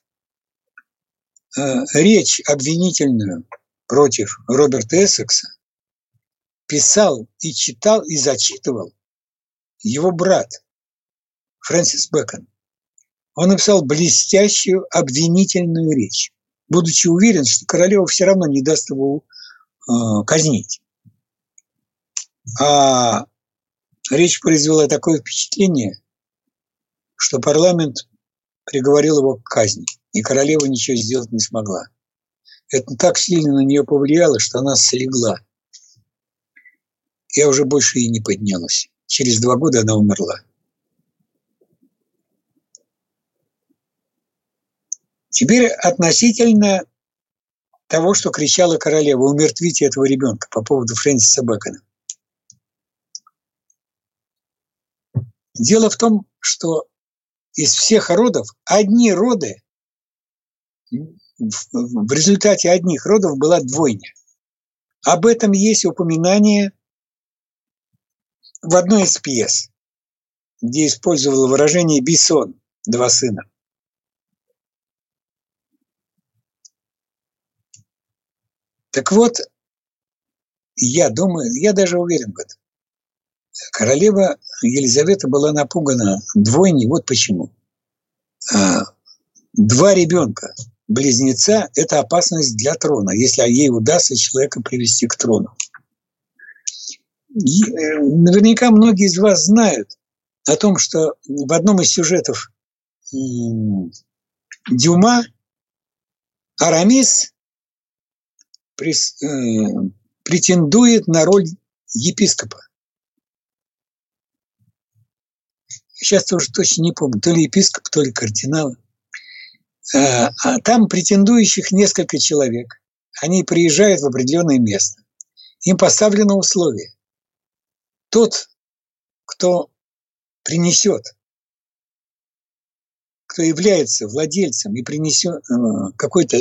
Речь обвинительную против Роберта Эссекса писал и читал и зачитывал его брат Фрэнсис Бэкон. Он написал блестящую обвинительную речь, будучи уверен, что королева все равно не даст его казнить. А речь произвела такое впечатление, что парламент приговорил его к казни, и королева ничего сделать не смогла. Это так сильно на нее повлияло, что она слегла. Я уже больше и не поднялась. Через 2 года она умерла. Теперь относительно того, что кричала королева: умертвите этого ребенка, по поводу Фрэнсиса Бэкона. Дело в том, что из всех родов одни роды, в результате одних родов была двойня. Об этом есть упоминание в одной из пьес. где использовал выражение «бисон», два сына. Так вот, я думаю, я даже уверен в этом. Королева Елизавета была напугана двойней. Вот почему. Два ребенка, близнеца – это опасность для трона, если ей удастся человека привести к трону. И наверняка многие из вас знают о том, что в одном из сюжетов Дюма Арамис претендует на роль епископа. Сейчас тоже точно не помню, то ли епископ, то ли кардинал. А там претендующих несколько человек. Они приезжают в определенное место. Им поставлено условие. Тот, кто принесет, кто является владельцем и принесет какой-то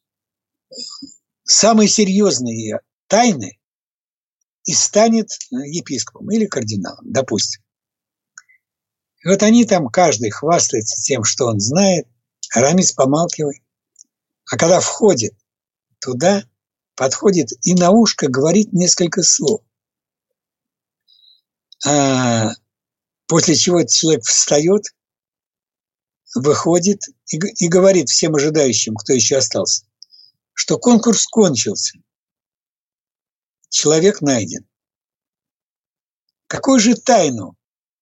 самые серьезные тайны, и станет епископом или кардиналом, допустим. И вот они там, каждый хвастается тем, что он знает, Арамис помалкивает. А когда входит туда, подходит и на ушко говорит несколько слов. После чего этот человек встает, выходит и говорит всем ожидающим, кто еще остался, что конкурс кончился. Человек найден. Какую же тайну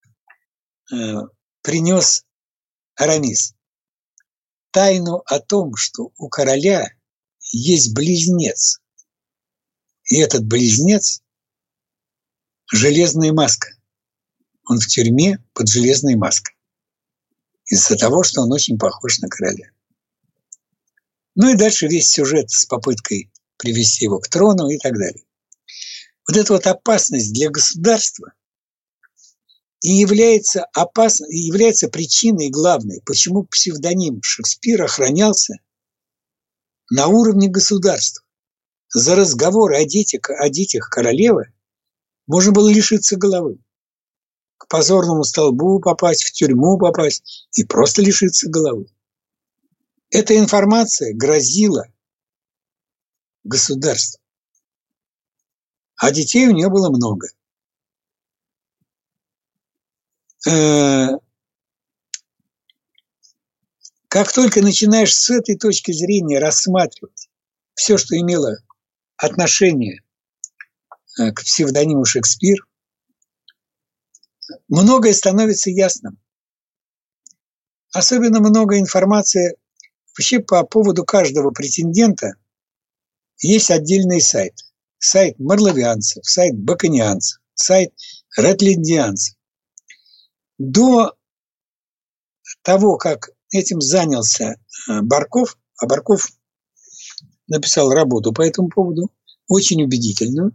принес Арамис? Тайну о том, что у короля есть близнец. И этот близнец – железная маска. Он в тюрьме под железной маской. Из-за того, что он очень похож на короля. Ну и дальше весь сюжет с попыткой привести его к трону и так далее. Вот эта вот опасность для государства и является причиной главной, почему псевдоним Шекспира охранялся на уровне государства. За разговоры о детях королевы можно было лишиться головы. К позорному столбу попасть, в тюрьму попасть и просто лишиться головы. Эта информация грозила государству. А детей у нее было много. Как только начинаешь с этой точки зрения рассматривать все, что имело отношение к псевдониму Шекспир, многое становится ясным. Особенно много информации вообще по поводу каждого претендента. Есть отдельный сайт. Сайт марловианцев, сайт баконианцев, сайт ретлиндианцев. До того, как этим занялся Барков, а Барков написал работу по этому поводу, очень убедительную,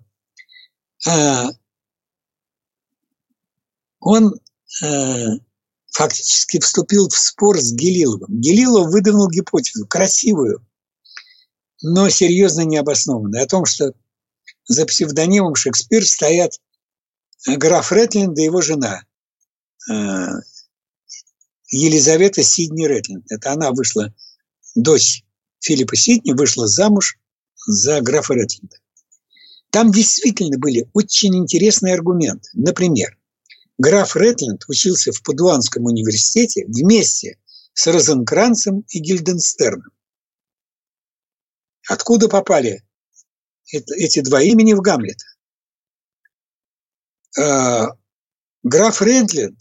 он фактически вступил в спор с Гелиловым. Гелилов выдвинул гипотезу, красивую, но серьезно необоснованную, о том, что за псевдонимом Шекспир стоят граф Ретлинд и его жена Елизавета Сидни Ретлинд. Это она вышла, дочь Филиппа Сидни, вышла замуж за графа Ретлинда. Там действительно были очень интересные аргументы. Например, граф Ретлинд учился в Падуанском университете вместе с Розенкранцем и Гильденстерном. Откуда попали эти два имени в Гамлета? Граф Ретлинд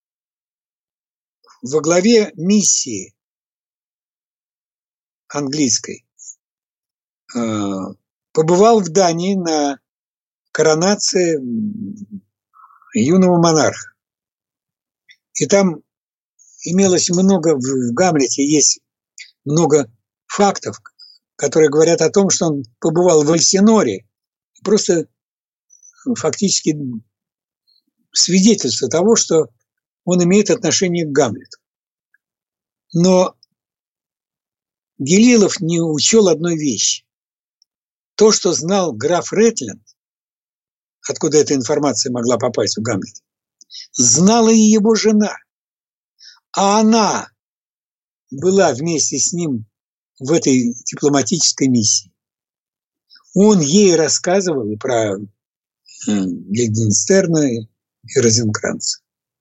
во главе миссии английской побывал в Дании на коронации юного монарха. И там имелось много, в Гамлете есть много фактов, которые говорят о том, что он побывал в Эльсиноре. Просто фактически свидетельство того, что он имеет отношение к Гамлету. Но Гелилов не учел одной вещи. То, что знал граф Ретлинд, откуда эта информация могла попасть в Гамлет, знала и его жена. А она была вместе с ним в этой дипломатической миссии. Он ей рассказывал и про Гильденстерна и Розенкранца.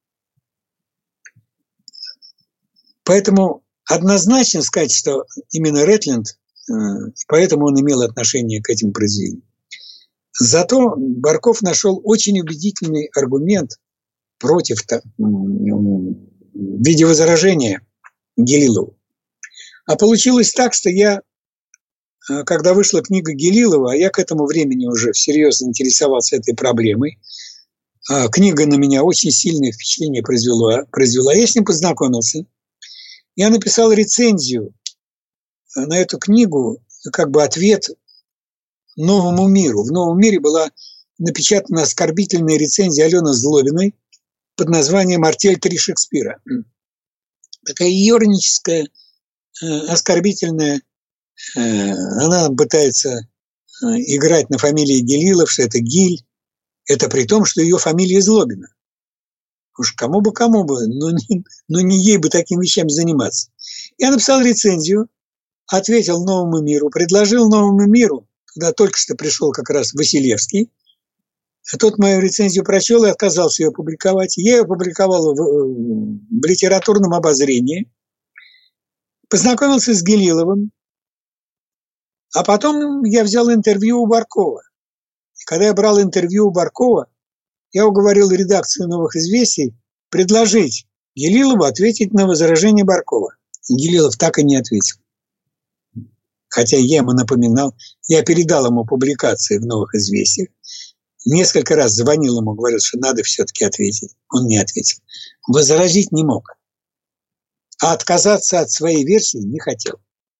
Поэтому однозначно сказать, что именно Ретленд, поэтому он имел отношение к этим произведениям. Зато Барков нашел очень убедительный аргумент против в виде возражения Гелилову. А получилось так, что я, когда вышла книга Гелилова, а я к этому времени уже всерьез интересовался этой проблемой, книга на меня очень сильное впечатление произвела. Я с ним познакомился. Я написал рецензию на эту книгу, как бы ответ «Новому миру». В «Новом мире» была напечатана оскорбительная рецензия Алены Злобиной под названием «Артель 3 Шекспира». Такая ерническая, оскорбительная. Она пытается играть на фамилии Гелилов, что это Гиль. Это при том, что ее фамилия Злобина. Уж кому бы, но не ей бы такими вещами заниматься. Я написал рецензию, ответил «Новому миру», предложил «Новому миру», когда только что пришел как раз Василевский. А тот мою рецензию прочел и отказался ее публиковать. Я ее опубликовал в литературном обозрении. Познакомился с Гелиловым. А потом я взял интервью у Баркова. И когда я брал интервью у Баркова, я уговорил редакцию «Новых известий» предложить Гелилову ответить на возражение Баркова. Гелилов так и не ответил. Хотя я ему напоминал, я передал ему публикации в «Новых известиях», несколько раз звонил ему, говорил, что надо все-таки ответить. Он не ответил. Возразить не мог. А отказаться от своей версии не хотел.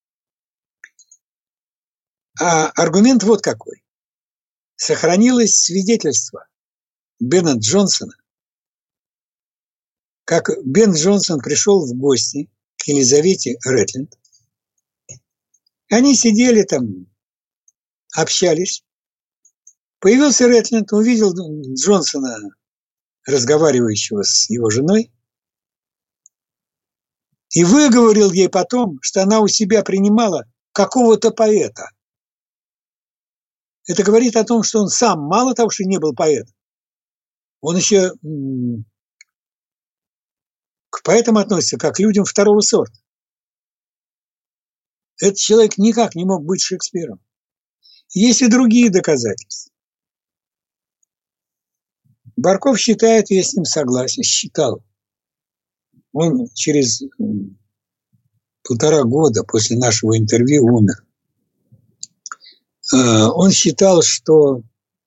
А аргумент вот какой. Сохранилось свидетельство Бена Джонсона, как Бен Джонсон пришел в гости к Елизавете Ретленд. Они сидели там, общались. Появился Ретленд, увидел Джонсона, разговаривающего с его женой, и выговорил ей потом, что она у себя принимала какого-то поэта. Это говорит о том, что он сам, мало того, что не был поэтом, он еще к поэтам относится как к людям второго сорта. Этот человек никак не мог быть Шекспиром. Есть и другие доказательства. Барков считает, я с ним согласен, считал. Он через 1,5 года после нашего интервью умер. Он считал, что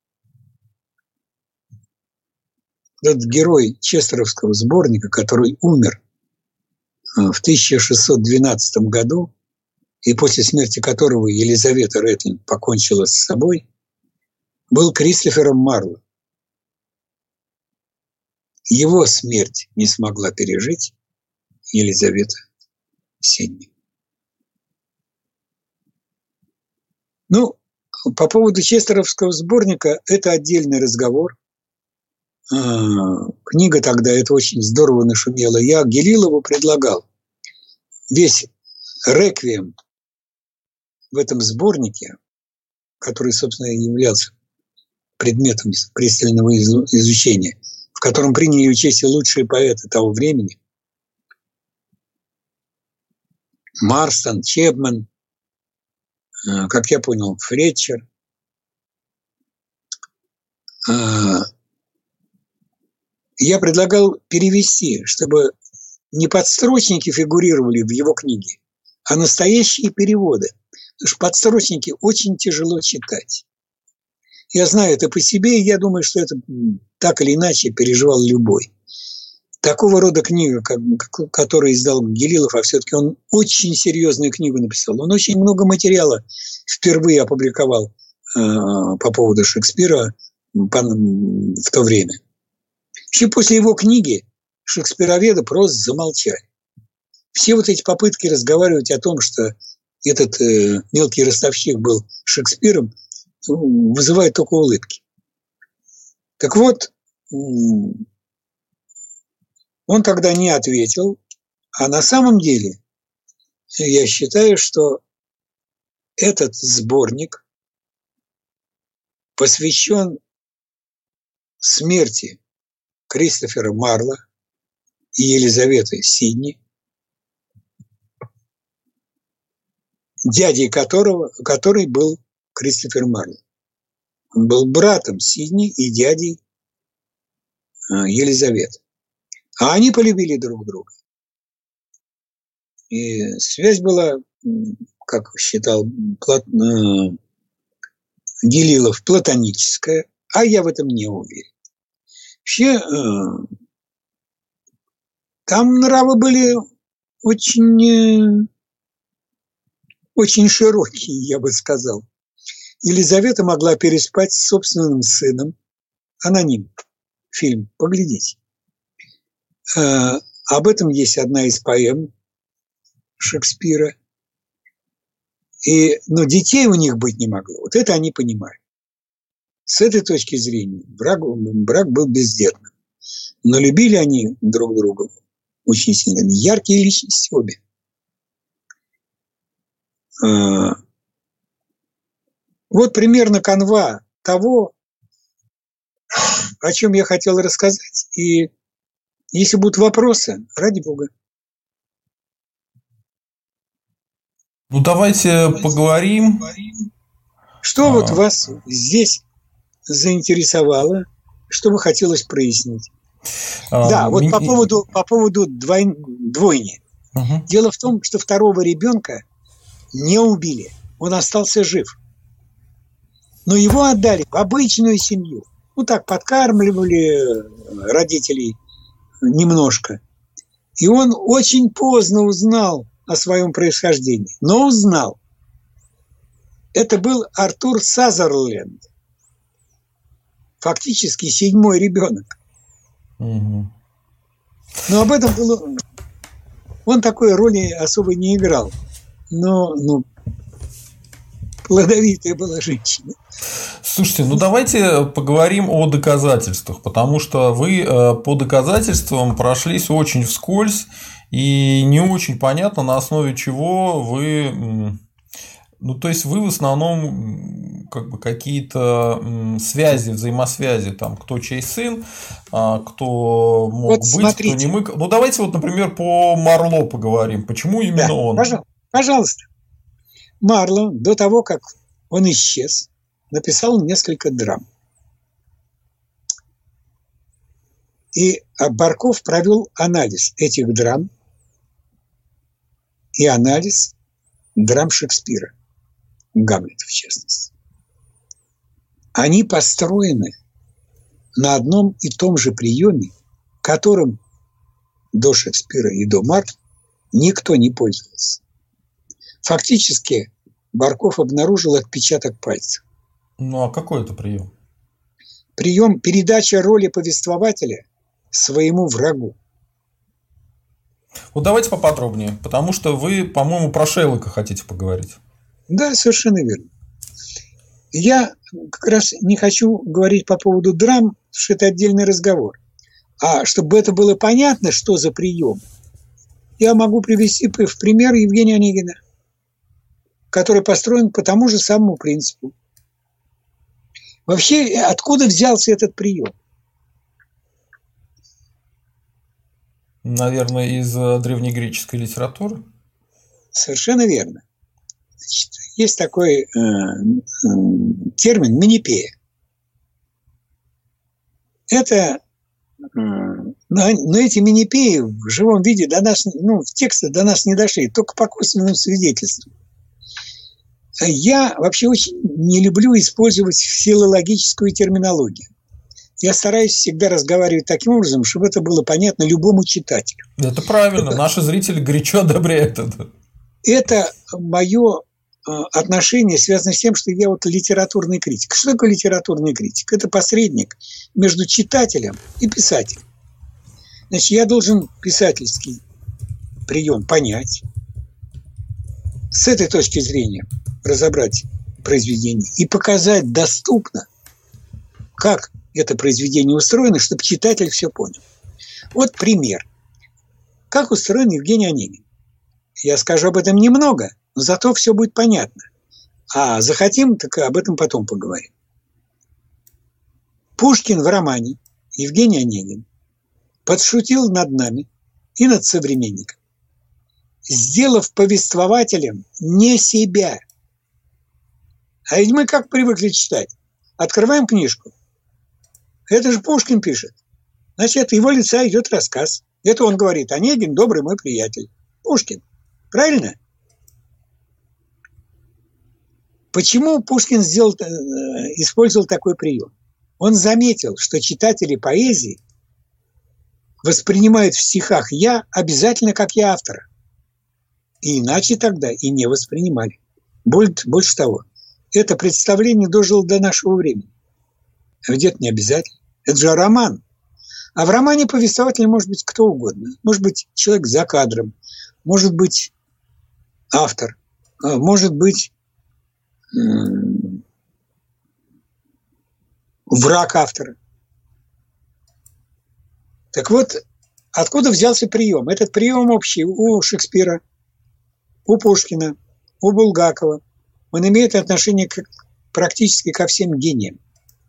этот герой Честеровского сборника, который умер в 1612 году, и после смерти которого Елизавета Ретленд покончила с собой, был Кристофером Марло. Его смерть не смогла пережить Елизавета Сидни. Ну, по поводу Честеровского сборника это отдельный разговор. Книга тогда это очень здорово нашумела. Я Гелилову предлагал весь реквием в этом сборнике, который, собственно, являлся предметом пристального изучения, в котором приняли участие лучшие поэты того времени. Марстон, Чепмен, как я понял, Флетчер. Я предлагал перевести, чтобы не подстрочники фигурировали в его книге, а настоящие переводы. Потому что подстрочники очень тяжело читать. Я знаю это по себе, и я думаю, что это так или иначе переживал любой. Такого рода книга, которую издал Гелилов, а все-таки он очень серьезную книгу написал. Он очень много материала впервые опубликовал по поводу Шекспира в то время. Еще после его книги шекспироведы просто замолчали. Все вот эти попытки разговаривать о том, что этот мелкий ростовщик был Шекспиром, вызывают только улыбки. Так вот, Он тогда не ответил, а на самом деле я считаю, что этот сборник посвящен смерти Кристофера Марла и Елизаветы Сидни, дядей который был Кристофер Марло. Он был братом Сидни и дядей Елизаветы. А они полюбили друг друга. И связь была, как считал Гилилов, платоническая, а я в этом не уверен. Вообще, там нравы были очень, очень широкие, я бы сказал. Елизавета могла переспать с собственным сыном. «Аноним». Фильм, поглядите. Об этом есть одна из поэм Шекспира. Но детей у них быть не могло. Вот это они понимают. С этой точки зрения брак был бездетным. Но любили они друг друга очень сильно. Яркие личности обе. Вот примерно канва того, о чем я хотел рассказать. И если будут вопросы, ради бога. Ну, давайте поговорим. Что вот вас здесь заинтересовало, что бы хотелось прояснить? Да, вот по поводу двойни. Угу. Дело в том, что второго ребенка не убили. Он остался жив. Но его отдали в обычную семью. Ну, так, подкармливали родителей немножко. И он очень поздно узнал о своем происхождении. Но узнал. Это был Артур Сазерленд. Фактически 7-й ребенок. Угу. Но об этом было... Он такой роли особо не играл. Но плодовитая была женщина. Слушайте, ну давайте поговорим о доказательствах, потому что вы по доказательствам прошлись очень вскользь, и не очень понятно, на основе чего вы... Ну, то есть вы в основном как бы какие-то связи, взаимосвязи, там, кто чей сын, кто мог вот быть, смотрите. кто не мог. Ну, давайте вот, например, по Марло поговорим. Почему именно он? Пожалуйста. Марло, до того, как он исчез, написал несколько драм. И Барков провел анализ этих драм и анализ драм Шекспира, Гамлета в частности. Они построены на одном и том же приеме, которым до Шекспира и до Марла никто не пользовался. Фактически Барков обнаружил отпечаток пальцев. Ну, а какой это прием? Прием передачи роли повествователя своему врагу. Вот давайте поподробнее, потому что вы, по-моему, про Шейлока хотите поговорить. Да, совершенно верно. Я как раз не хочу говорить по поводу драм, потому что это отдельный разговор. А чтобы это было понятно, что за прием, я могу привести в пример Евгения Онегина, который построен по тому же самому принципу. Вообще, откуда взялся этот прием? Наверное, из древнегреческой литературы. Совершенно верно. Значит, есть такой термин «менипея». Это, но эти менипеи в живом виде до нас, в тексте до нас не дошли, только по косвенным свидетельствам. Я вообще очень не люблю использовать филологическую терминологию. Я стараюсь всегда разговаривать таким образом, чтобы это было понятно любому читателю. Это правильно, наши зрители горячо одобряют это. Это мое отношение связано с тем, что я вот литературный критик. Что такое литературный критик? Это посредник между читателем и писателем. Значит, я должен писательский прием понять, с этой точки зрения разобрать произведение и показать доступно, как это произведение устроено, чтобы читатель все понял. Вот пример. как устроен Евгений Онегин. Я скажу об этом немного, но зато все будет понятно. А захотим, так об этом потом поговорим. Пушкин в романе Евгений Онегин подшутил над нами и над современником, сделав повествователем не себя. А ведь мы как привыкли читать? Открываем книжку. Это же Пушкин пишет. Значит, от его лица идет рассказ. Это он говорит: Онегин, добрый мой приятель. Пушкин. Правильно? Почему Пушкин использовал такой прием? Он заметил, что читатели поэзии воспринимают в стихах «я» обязательно как «я» автора. И иначе тогда и не воспринимали. Больше того, это представление дожило до нашего времени. А ведь это не обязательно. Это же роман. А в романе повествователь может быть кто угодно. Может быть человек за кадром. Может быть автор. Может быть враг автора. Так вот, откуда взялся прием? Этот прием общий у Шекспира, у Пушкина, у Булгакова. Он имеет отношение практически ко всем гениям.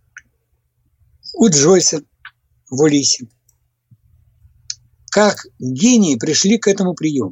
У Джойса в «Улиссе». Как гении пришли к этому приему?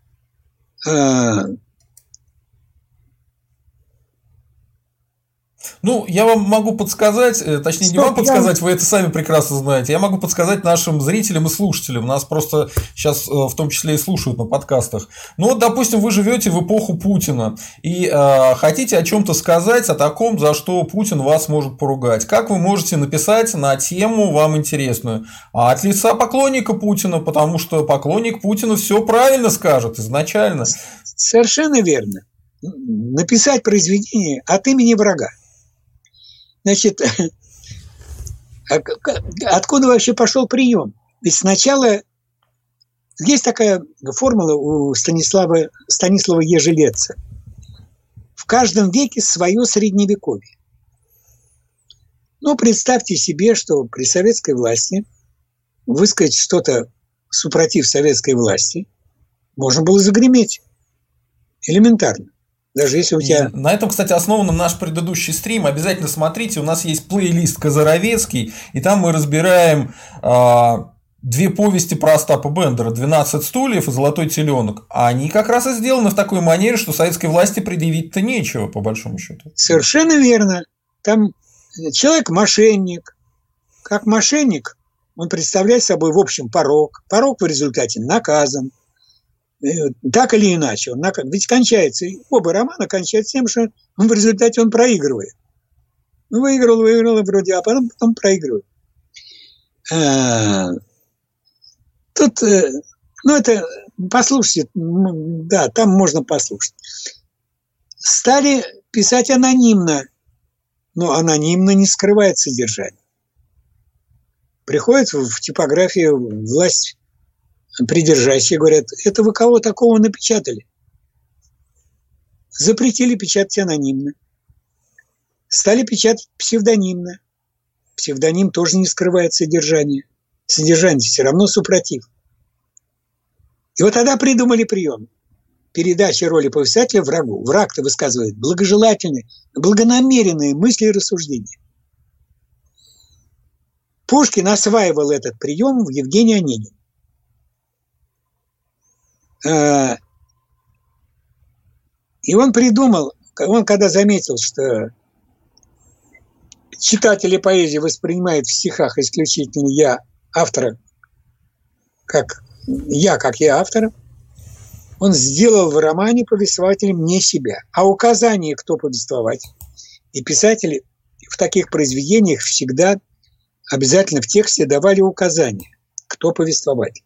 Ну, я вам могу подсказать, точнее, не вам подсказать, вы это сами прекрасно знаете, я могу подсказать нашим зрителям и слушателям. Нас просто сейчас в том числе и слушают на подкастах. Ну, вот, допустим, вы живете в эпоху Путина и хотите о чем-то сказать, о таком, за что Путин вас может поругать. Как вы можете написать на тему вам интересную? А от лица поклонника Путина, потому что поклонник Путина все правильно скажет изначально. Совершенно верно. Написать произведение от имени врага. Значит, откуда вообще пошел прием? Ведь сначала есть такая формула у Станислава Ежелеца. В каждом веке свое средневековье. Ну, представьте себе, что при советской власти высказать что-то супротив советской власти можно было загреметь. Элементарно. Даже если у тебя... На этом, кстати, основан наш предыдущий стрим. Обязательно смотрите. У нас есть плейлист Казаровецкий, и там мы разбираем две повести про Остапа Бендера: «12 стульев» и «Золотой теленок». А они как раз и сделаны в такой манере, что советской власти предъявить-то нечего, по большому счету. Совершенно верно. Там человек мошенник. Как мошенник он представляет собой, в общем, порок. Порок в результате наказан. Так или иначе. Ведь кончается, оба романа кончаются тем, что в результате он проигрывает. Выиграл, вроде, а потом проигрывает. Тут, это, послушайте, да, там можно послушать. Стали писать анонимно, но анонимно не скрывает содержание. Приходит в типографию власть придержащие, говорят: это вы кого такого напечатали? Запретили печатать анонимно. Стали печатать псевдонимно. Псевдоним тоже не скрывает содержание. Содержание все равно супротив. И вот тогда придумали прием. Передача роли повествователя врагу. Враг-то высказывает благожелательные, благонамеренные мысли и рассуждения. Пушкин осваивал этот прием в Евгении Онегине. И он придумал, когда заметил, что читатели поэзии воспринимают в стихах исключительно я автора, как я автора, он сделал в романе повествователем не себя, а указание, кто повествователь. И писатели в таких произведениях всегда обязательно в тексте давали указания, кто повествователь.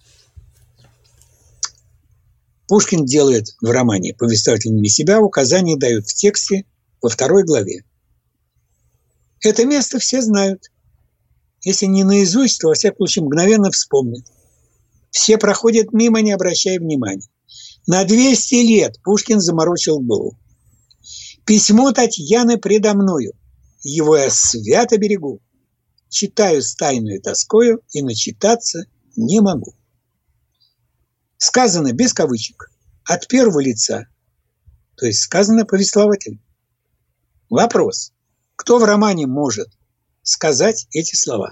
Пушкин делает в романе повествователем не себя, указания дают в тексте во 2 главе. Это место все знают. Если не наизусть, то, во всяком случае, мгновенно вспомнят. Все проходят мимо, не обращая внимания. На 200 лет Пушкин заморочил голову. Письмо Татьяны предо мною. Его я свято берегу. Читаю с тайною тоскою и начитаться не могу. Сказано без кавычек, от первого лица, то есть сказано повествователем. Вопрос. Кто в романе может сказать эти слова?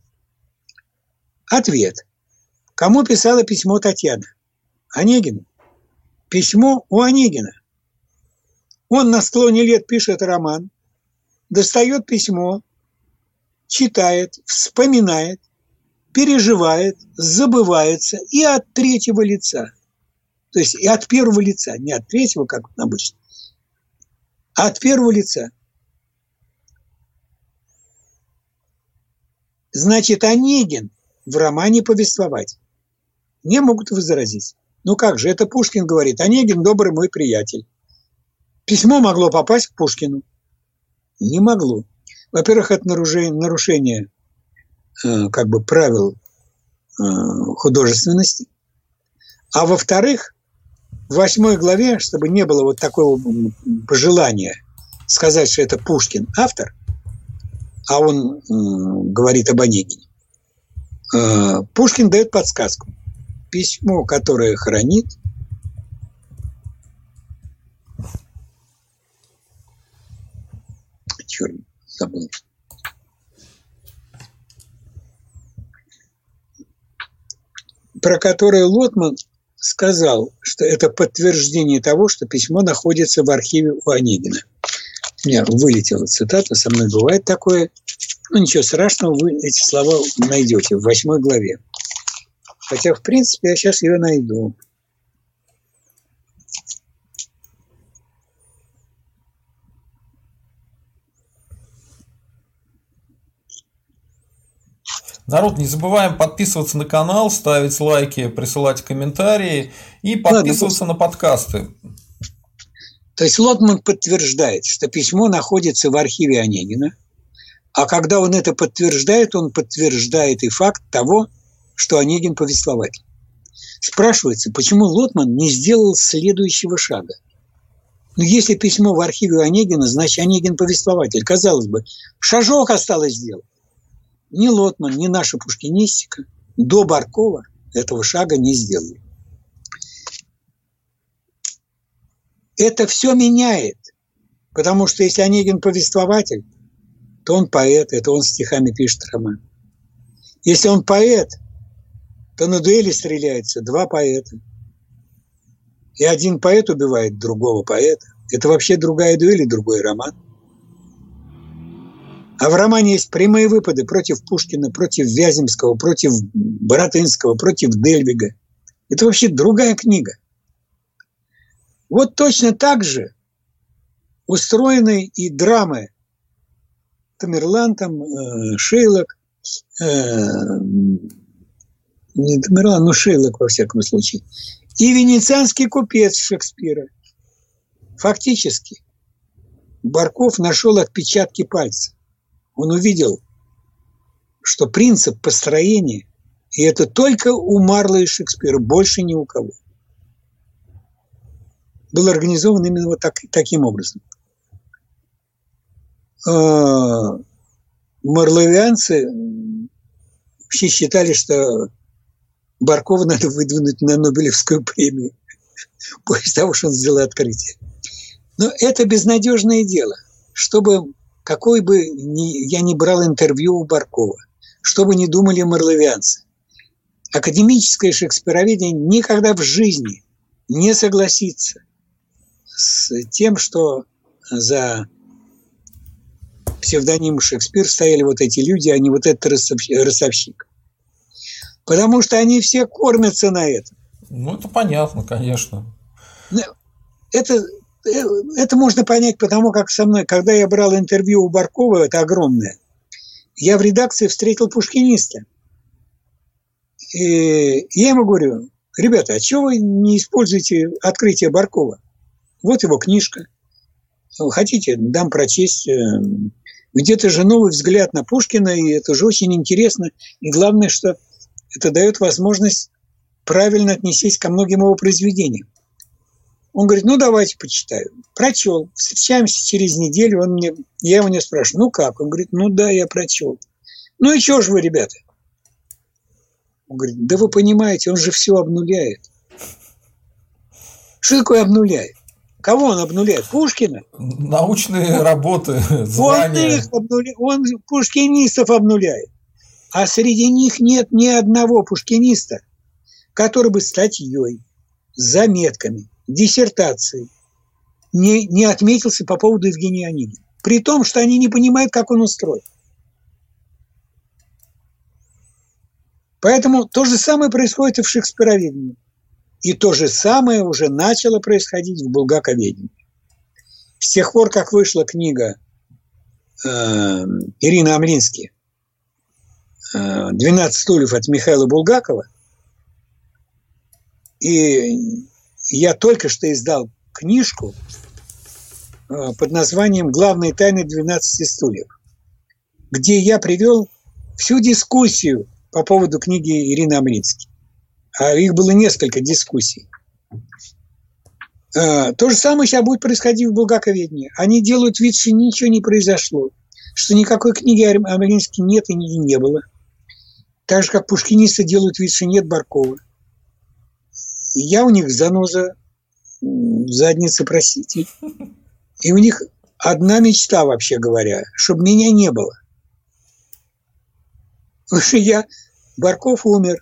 Ответ. Кому писала письмо Татьяна? Онегину. Письмо у Онегина. Он на склоне лет пишет роман, достает письмо, читает, вспоминает, переживает, забывается и от третьего лица. То есть и от первого лица, не от третьего, как обычно, а от первого лица. Значит, Онегин в романе повествовать. Мне могут возразить. Ну как же, это Пушкин говорит, Онегин добрый мой приятель. Письмо могло попасть к Пушкину? Не могло. Во-первых, это нарушение как бы правил художественности. А во-вторых, в 8 главе, чтобы не было вот такого пожелания сказать, что это Пушкин автор, а он говорит об Онегине, Пушкин дает подсказку. Письмо, которое хранит, черт, забыл. Про которое Лотман сказал, что это подтверждение того, что письмо находится в архиве у Онегина. У меня вылетела цитата, со мной бывает такое. Ну, ничего страшного, вы эти слова найдете в 8 главе. Хотя, в принципе, я сейчас ее найду. Народ, не забываем подписываться на канал, ставить лайки, присылать комментарии и подписываться на подкасты. То есть Лотман подтверждает, что письмо находится в архиве Онегина, а когда он это подтверждает, он подтверждает и факт того, что Онегин повествователь. Спрашивается, почему Лотман не сделал следующего шага? Ну, если письмо в архиве Онегина, значит, Онегин повествователь. Казалось бы, шажок осталось сделать. Ни Лотман, ни наша пушкинистика до Баркова этого шага не сделали. Это все меняет. Потому что если Онегин повествователь, то он поэт, это он стихами пишет роман. Если он поэт, то на дуэли стреляются 2 поэта. И один поэт убивает другого поэта. Это вообще другая дуэль и другой роман. А в романе есть прямые выпады против Пушкина, против Вяземского, против Баратынского, против Дельвига. Это вообще другая книга. Вот точно так же устроены и драмы Тамерлан, Шейлок, не Тамерлан, но Шейлок во всяком случае, и венецианский купец Шекспира. Фактически Барков нашел отпечатки пальцев. Он увидел, что принцип построения, и это только у Марла и Шекспира, больше ни у кого, был организован именно вот таким образом. Марловианцы вообще считали, что Баркова надо выдвинуть на Нобелевскую премию после того, что он сделал открытие. Но это безнадежное дело. Чтобы, какой бы я ни брал интервью у Баркова, что бы ни думали марловианцы, академическое шекспироведение никогда в жизни не согласится с тем, что за псевдонимом Шекспир стояли вот эти люди, а не вот этот ростовщик. Потому что они все кормятся на этом. Ну, это понятно, конечно. Это можно понять, потому как со мной, когда я брал интервью у Баркова, это огромное, я в редакции встретил пушкиниста. И я ему говорю: ребята, а чего вы не используете открытие Баркова? Вот его книжка. Хотите, дам прочесть. Где-то же новый взгляд на Пушкина, и это же очень интересно. И главное, что это дает возможность правильно отнестись ко многим его произведениям. Он говорит: ну, давайте почитаю. Прочел. Встречаемся через неделю. Я его не спрашиваю: ну как? Он говорит: ну да, я прочел. Ну и что же вы, ребята? Он говорит: да вы понимаете, он же все обнуляет. Что такое обнуляет? Кого он обнуляет? Пушкина? Научные работы, звания. Он пушкинистов обнуляет. А среди них нет ни одного пушкиниста, который бы статьей, заметками, диссертацией не отметился по поводу Евгения Онегина. При том, что они не понимают, как он устроен. Поэтому то же самое происходит и в шекспироведении. И то же самое уже начало происходить в булгаковедении. С тех пор, как вышла книга Ирины Амлински «12 стульев» от Михаила Булгакова, и я только что издал книжку под названием «Главные тайны 12 стульев», где я привел всю дискуссию по поводу книги Ирины Амлински. А их было несколько дискуссий. То же самое сейчас будет происходить в булгаковедении. Они делают вид, что ничего не произошло, что никакой книги Амлински нет и не было. Так же, как пушкинисты делают вид, что нет Баркова. И я у них заноза в заднице, простите. И у них одна мечта, вообще говоря, чтобы меня не было. Потому что Барков умер.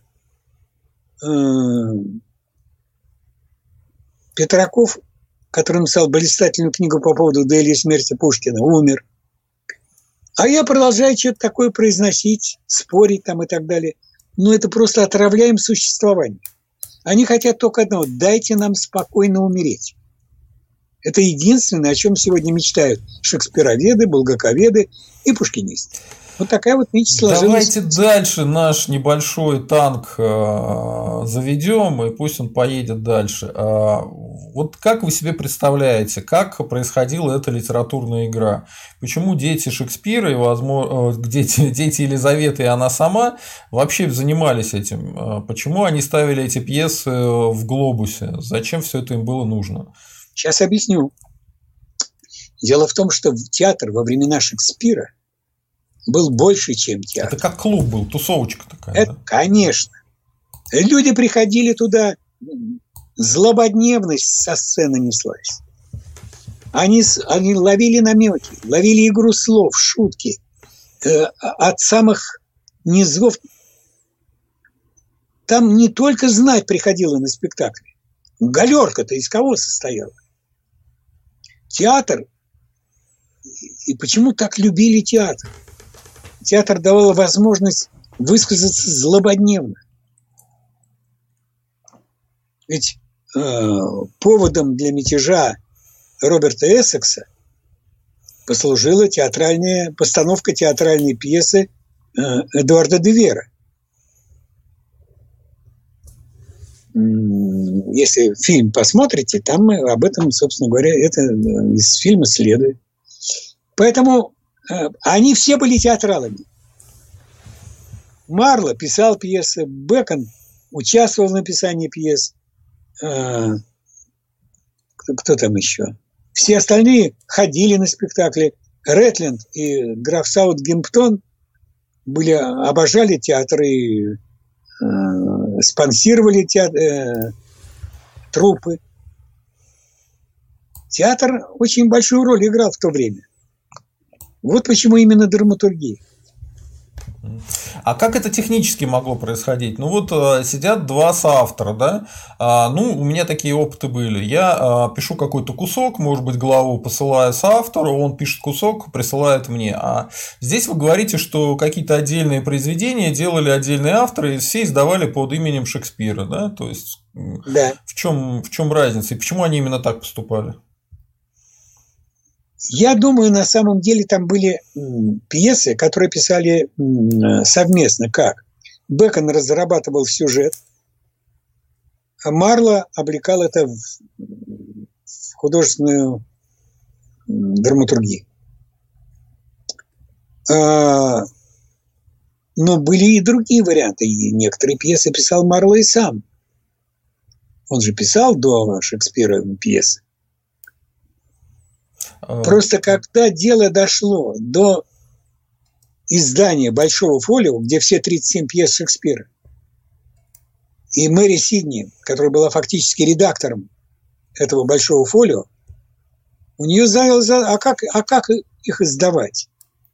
Петраков, который написал блистательную книгу по поводу дуэли и смерти Пушкина, умер. А я продолжаю что-то такое произносить, спорить там и так далее. Но это просто отравляем существование. Они хотят только одного: дайте нам спокойно умереть. Это единственное, о чем сегодня мечтают шекспироведы, булгаковеды и пушкинисты. Вот такая вот мечта сложилась. Давайте дальше наш небольшой танк заведем, и пусть он поедет дальше. Вот как вы себе представляете, как происходила эта литературная игра? Почему дети Шекспира и, возможно, дети Елизаветы и она сама вообще занимались этим? Почему они ставили эти пьесы в глобусе? Зачем все это им было нужно? Сейчас объясню. Дело в том, что театр во времена Шекспира был больше, чем театр. Это как клуб был, тусовочка такая. Это, да? Конечно. Люди приходили туда, злободневность со сцены неслась. Они ловили намеки, ловили игру слов, шутки. От самых низов. Там не только знать приходила на спектакль. Галерка-то из кого состояла? Театр. И почему так любили театр? Театр давал возможность высказаться злободневно. Ведь поводом для мятежа Роберта Эссекса послужила постановка театральной пьесы Эдуарда де Вера. Если фильм посмотрите, там об этом, собственно говоря, это из фильма следует. Поэтому они все были театралами. Марло писал пьесы, Бэкон участвовал в написании пьес. Кто там еще? Все остальные ходили на спектакли. Ретленд и граф Саутгемптон обожали театры, спонсировали труппы. Театр очень большую роль играл в то время. Вот почему именно драматургия. А как это технически могло происходить? Ну вот сидят два соавтора, да? У меня такие опыты были. Я пишу какой-то кусок, может быть, главу посылаю соавтору, он пишет кусок, присылает мне. А здесь вы говорите, что какие-то отдельные произведения делали отдельные авторы и все издавали под именем Шекспира, да? То есть да. В чем разница и почему они именно так поступали? Я думаю, на самом деле там были пьесы, которые писали совместно. Как? Бэкон разрабатывал сюжет, а Марло облекал это в художественную драматургию. Но были и другие варианты. И некоторые пьесы писал Марло и сам. Он же писал до Шекспира пьесы. Просто когда дело дошло до издания Большого фолио, где все 37 пьес Шекспира, и Мэри Сидни, которая была фактически редактором этого большого фолио, у нее занялось, а как их издавать?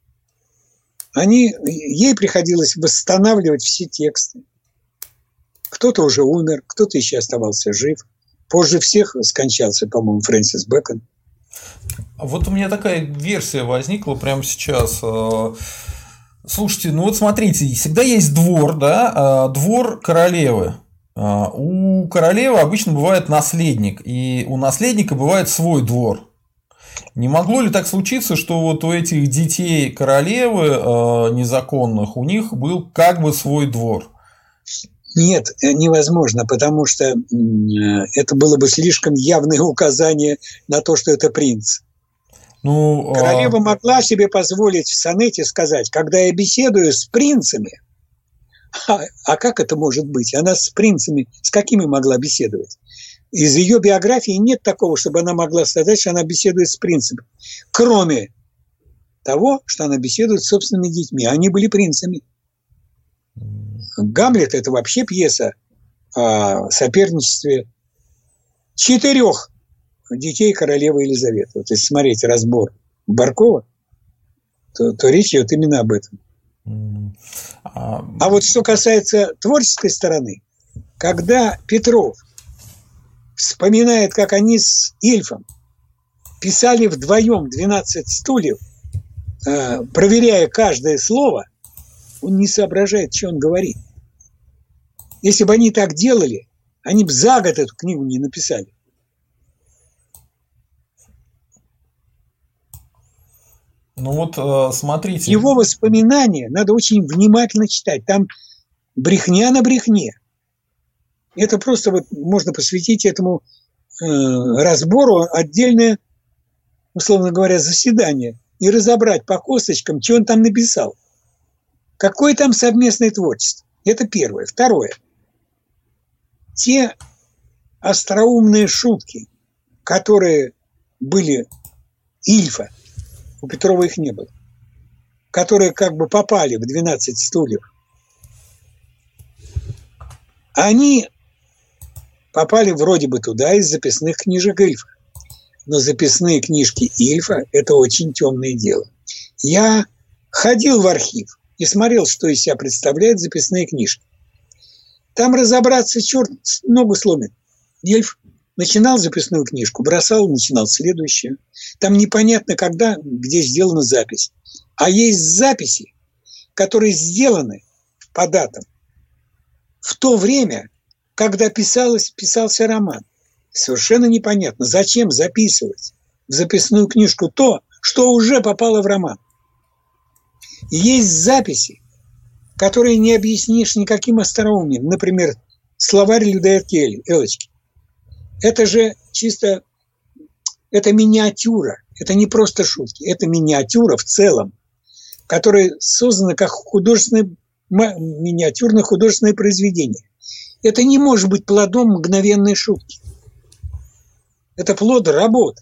Ей приходилось восстанавливать все тексты. Кто-то уже умер, кто-то еще оставался жив. Позже всех скончался, по-моему, Фрэнсис Бэкон. Вот у меня такая версия возникла прямо сейчас. Слушайте, ну вот смотрите, всегда есть двор, да, двор королевы. У королевы обычно бывает наследник, и у наследника бывает свой двор. Не могло ли так случиться, что вот у этих детей королевы незаконных, у них был как бы свой двор? Нет, невозможно, потому что это было бы слишком явное указание на то, что это принц. Королева могла себе позволить в сонете сказать: когда я беседую с принцами, а как это может быть? Она с принцами, с какими могла беседовать? Из ее биографии нет такого, чтобы она могла сказать, что она беседует с принцами. Кроме того, что она беседует с собственными детьми. Они были принцами. «Гамлет» – это вообще пьеса о соперничестве 4 детей королевы Елизаветы. Вот если смотреть разбор Баркова, то речь идет именно об этом. А вот что касается творческой стороны, когда Петров вспоминает, как они с Ильфом писали вдвоем 12 стульев, проверяя каждое слово, он не соображает, что он говорит. Если бы они так делали, они бы за год эту книгу не написали. Ну вот, смотрите. Его воспоминания надо очень внимательно читать. Там брехня на брехне. Это просто вот можно посвятить этому разбору отдельное, условно говоря, заседание и разобрать по косточкам, что он там написал. Какое там совместное творчество? Это первое. Второе. Те остроумные шутки, которые были Ильфа, у Петрова их не было, которые как бы попали в 12 стульев, они попали вроде бы туда из записных книжек Ильфа. Но записные книжки Ильфа – это очень темное дело. Я ходил в архив и смотрел, что из себя представляют записные книжки. Там разобраться черт ногу сломит. Ильф начинал записную книжку, бросал, начинал следующую. Там непонятно, когда, где сделана запись. А есть записи, которые сделаны по датам в то время, когда писался роман. Совершенно непонятно, зачем записывать в записную книжку то, что уже попало в роман. И есть записи, которые не объяснишь никаким остроумием. Например, словарь Людоед Элочки. Это же чисто, это миниатюра. Это не просто шутки, это миниатюра в целом, которая создана как миниатюрное художественное произведение. Это не может быть плодом мгновенной шутки. Это плод работы.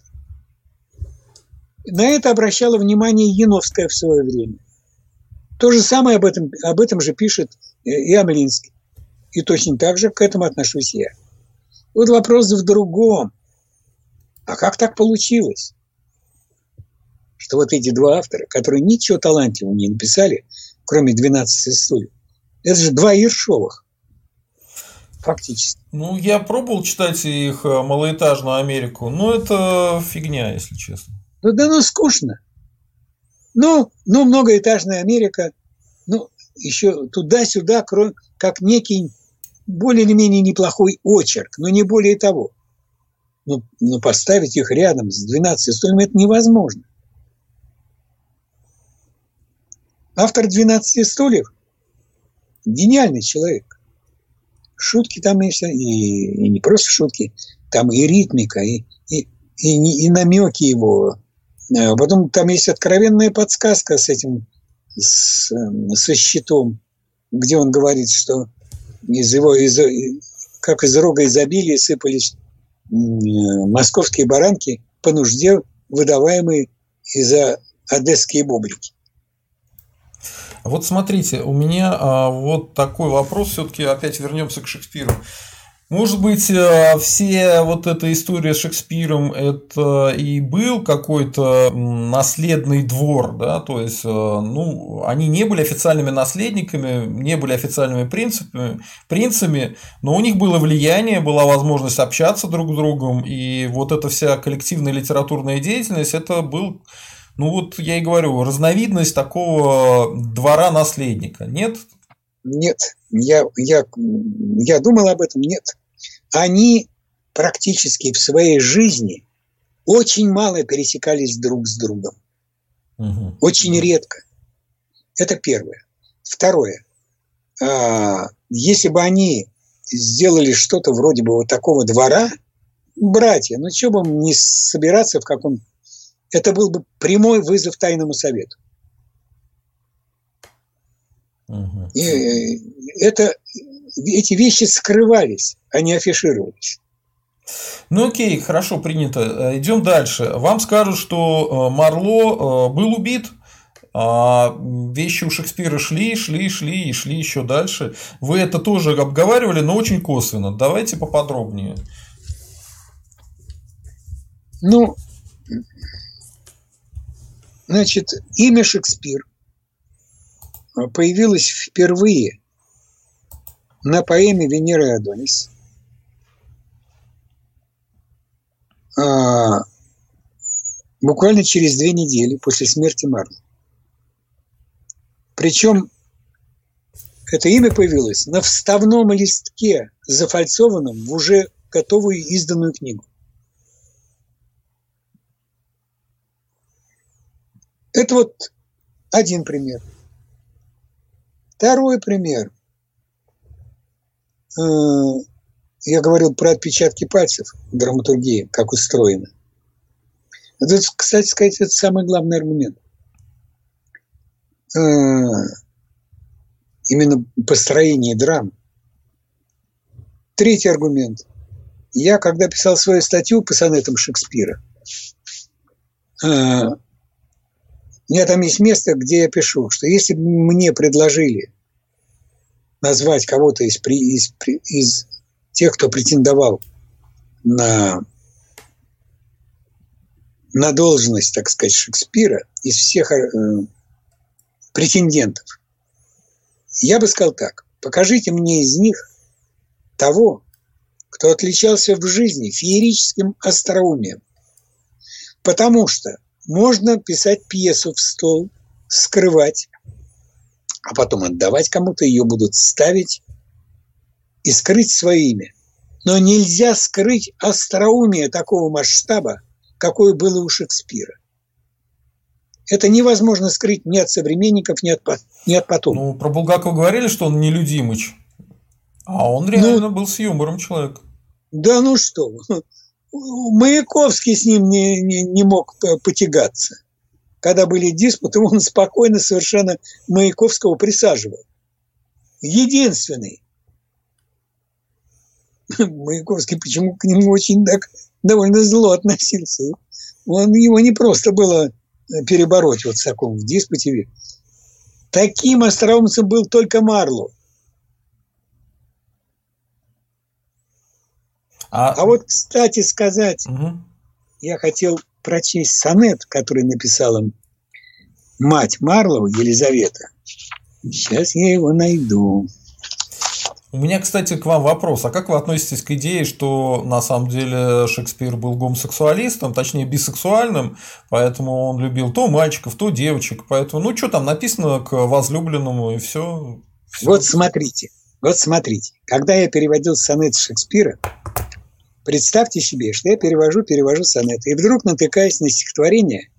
На это обращала внимание Яновская в свое время. То же самое об этом же пишет и Амлинский. И точно так же к этому отношусь я. Вот вопрос в другом. А как так получилось, что вот эти два автора, которые ничего талантливого не написали, кроме 12 стульев, это же два Ершовых. Фактически. Ну, я пробовал читать их «Малоэтажную Америку», но это фигня, если честно. Ну, скучно. Ну, многоэтажная Америка, еще туда-сюда, как некий более или менее неплохой очерк, но не более того. Но поставить их рядом с 12 стульями это невозможно. Автор 12 стульев – гениальный человек. Шутки там есть, и не просто шутки, там и ритмика, и намеки его. Потом там есть откровенная подсказка с этим, со щитом, где он говорит, что как из рога изобилия сыпались московские баранки по нужде, выдаваемые из-за одесские бублики. Вот смотрите, у меня вот такой вопрос, все-таки опять вернемся к Шекспиру. Может быть, все вот эта история с Шекспиром это и был какой-то наследный двор, да, то есть, ну, они не были официальными наследниками, не были официальными принцами, но у них было влияние, была возможность общаться друг с другом, и вот эта вся коллективная литературная деятельность, это был, ну вот я и говорю, разновидность такого двора наследника, нет? Нет, я думал об этом, нет. Они практически в своей жизни очень мало пересекались друг с другом. Очень редко. Это первое. Второе. Если бы они сделали что-то вроде бы вот такого двора, братья, ну что бы не собираться в каком... Это был бы прямой вызов тайному совету. И эти вещи скрывались, а не афишировались. Ну окей, хорошо, принято. Идем дальше. Вам скажут, что Марло был убит, а вещи у Шекспира шли еще дальше. Вы это тоже обговаривали, но очень косвенно. Давайте поподробнее. Ну, значит, имя Шекспир появилось впервые на поэме «Венера и Адонис». Буквально через 2 недели после смерти Марло. Причем это имя появилось на вставном листке, зафальцованном в уже готовую изданную книгу. Это вот один пример. Второй пример. Я говорил про отпечатки пальцев в драматургии, как устроено. Это, кстати сказать, это самый главный аргумент. Именно построение драм. Третий аргумент. Я, когда писал свою статью по сонетам Шекспира, у меня там есть место, где я пишу, что если бы мне предложили назвать кого-то из тех, кто претендовал на должность, так сказать, Шекспира, из всех претендентов, я бы сказал так: покажите мне из них того, кто отличался в жизни феерическим остроумием. Потому что можно писать пьесу в стол, скрывать, а потом отдавать кому-то, ее будут ставить и скрыть свое имя. Но нельзя скрыть остроумие такого масштаба, какое было у Шекспира. Это невозможно скрыть ни от современников, ни от потомков. Ну, про Булгакова говорили, что он нелюдимыч, а он реально был с юмором человек. Да ну что, Маяковский с ним не мог потягаться. Когда были диспуты, он спокойно совершенно Маяковского присаживал. Единственный. Маяковский почему к нему очень так довольно зло относился. Его не просто было перебороть вот в таком диспуте. Таким остроумцем был только Марло. А вот, кстати сказать, я хотел прочесть сонет, который написала мать Марло, Елизавета. Сейчас я его найду. У меня, кстати, к вам вопрос. А как вы относитесь к идее, что на самом деле Шекспир был гомосексуалистом, точнее бисексуальным, поэтому он любил то мальчиков, то девочек, поэтому, ну, что там написано к возлюбленному и все. Вот смотрите, когда я переводил сонет Шекспира, представьте себе, что я перевожу сонет, и вдруг натыкаюсь на стихотворение,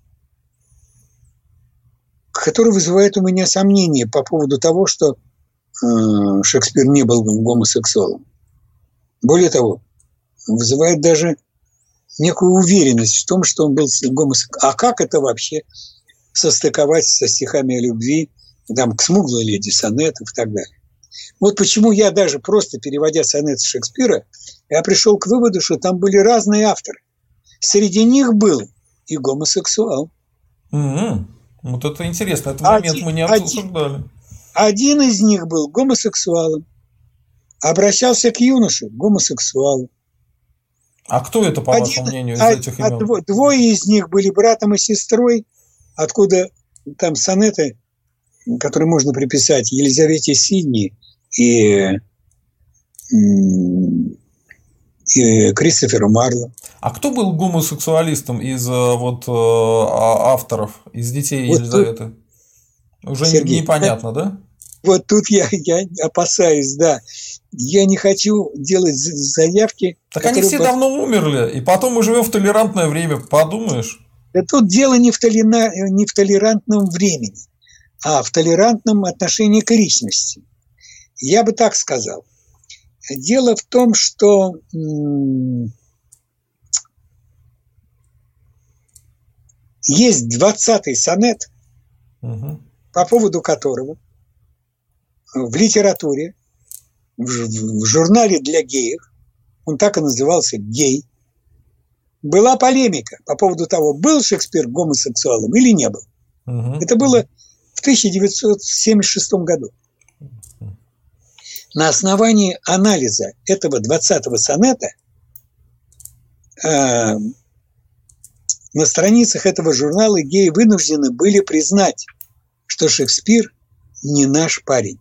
которое вызывает у меня сомнения по поводу того, что Шекспир не был гомосексуалом. Более того, вызывает даже некую уверенность в том, что он был гомосексуалом. А как это вообще состыковать со стихами о любви, там, к смуглой леди сонетов и так далее? Вот почему я даже просто переводя сонет Шекспира, я пришел к выводу, что там были разные авторы. Среди них был и гомосексуал. Вот это интересно. Этот момент мы не обсуждали. Один из них был гомосексуалом. обращался к юноше, гомосексуалу. А кто это, по вашему мнению, из этих имен? Двое из них были братом и сестрой, откуда там сонеты, которые можно приписать Елизавете Сидни и Кристоферу Марло. А кто был гомосексуалистом из авторов, из детей Елизаветы? Уже Сергей, непонятно, да? Вот тут я опасаюсь, да. Я не хочу делать заявки. Так они все давно умерли, и потом мы живем в толерантное время, подумаешь? Да тут дело не в толерантном времени, а в толерантном отношении к личности. Я бы так сказал. Дело в том, что есть 20-й сонет, по поводу которого в литературе, в журнале для геев, он так и назывался «Гей», была полемика по поводу того, был Шекспир гомосексуалом или не был. Это было в 1976 году. На основании анализа этого 20-го сонета на страницах этого журнала геи вынуждены были признать, что Шекспир не наш парень.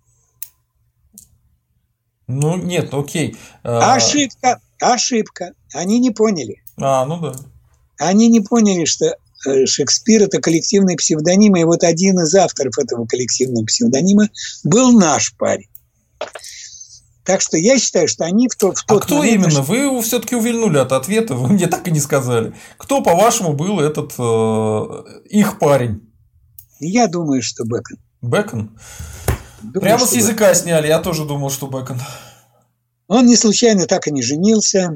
Ну, нет, окей. Ошибка. Они не поняли. Ну да. Они не поняли, что Шекспир – это коллективный псевдоним, и вот один из авторов этого коллективного псевдонима был наш парень. Так что я считаю, что они в тот кто момент... именно? Вы все-таки увильнули от ответа, вы мне так и не сказали. Кто, по-вашему, был этот их парень? Я думаю, что Бэкон. Бэкон? Прямо с языка Бэкон сняли, я тоже думал, что Бэкон. Он не случайно так и не женился,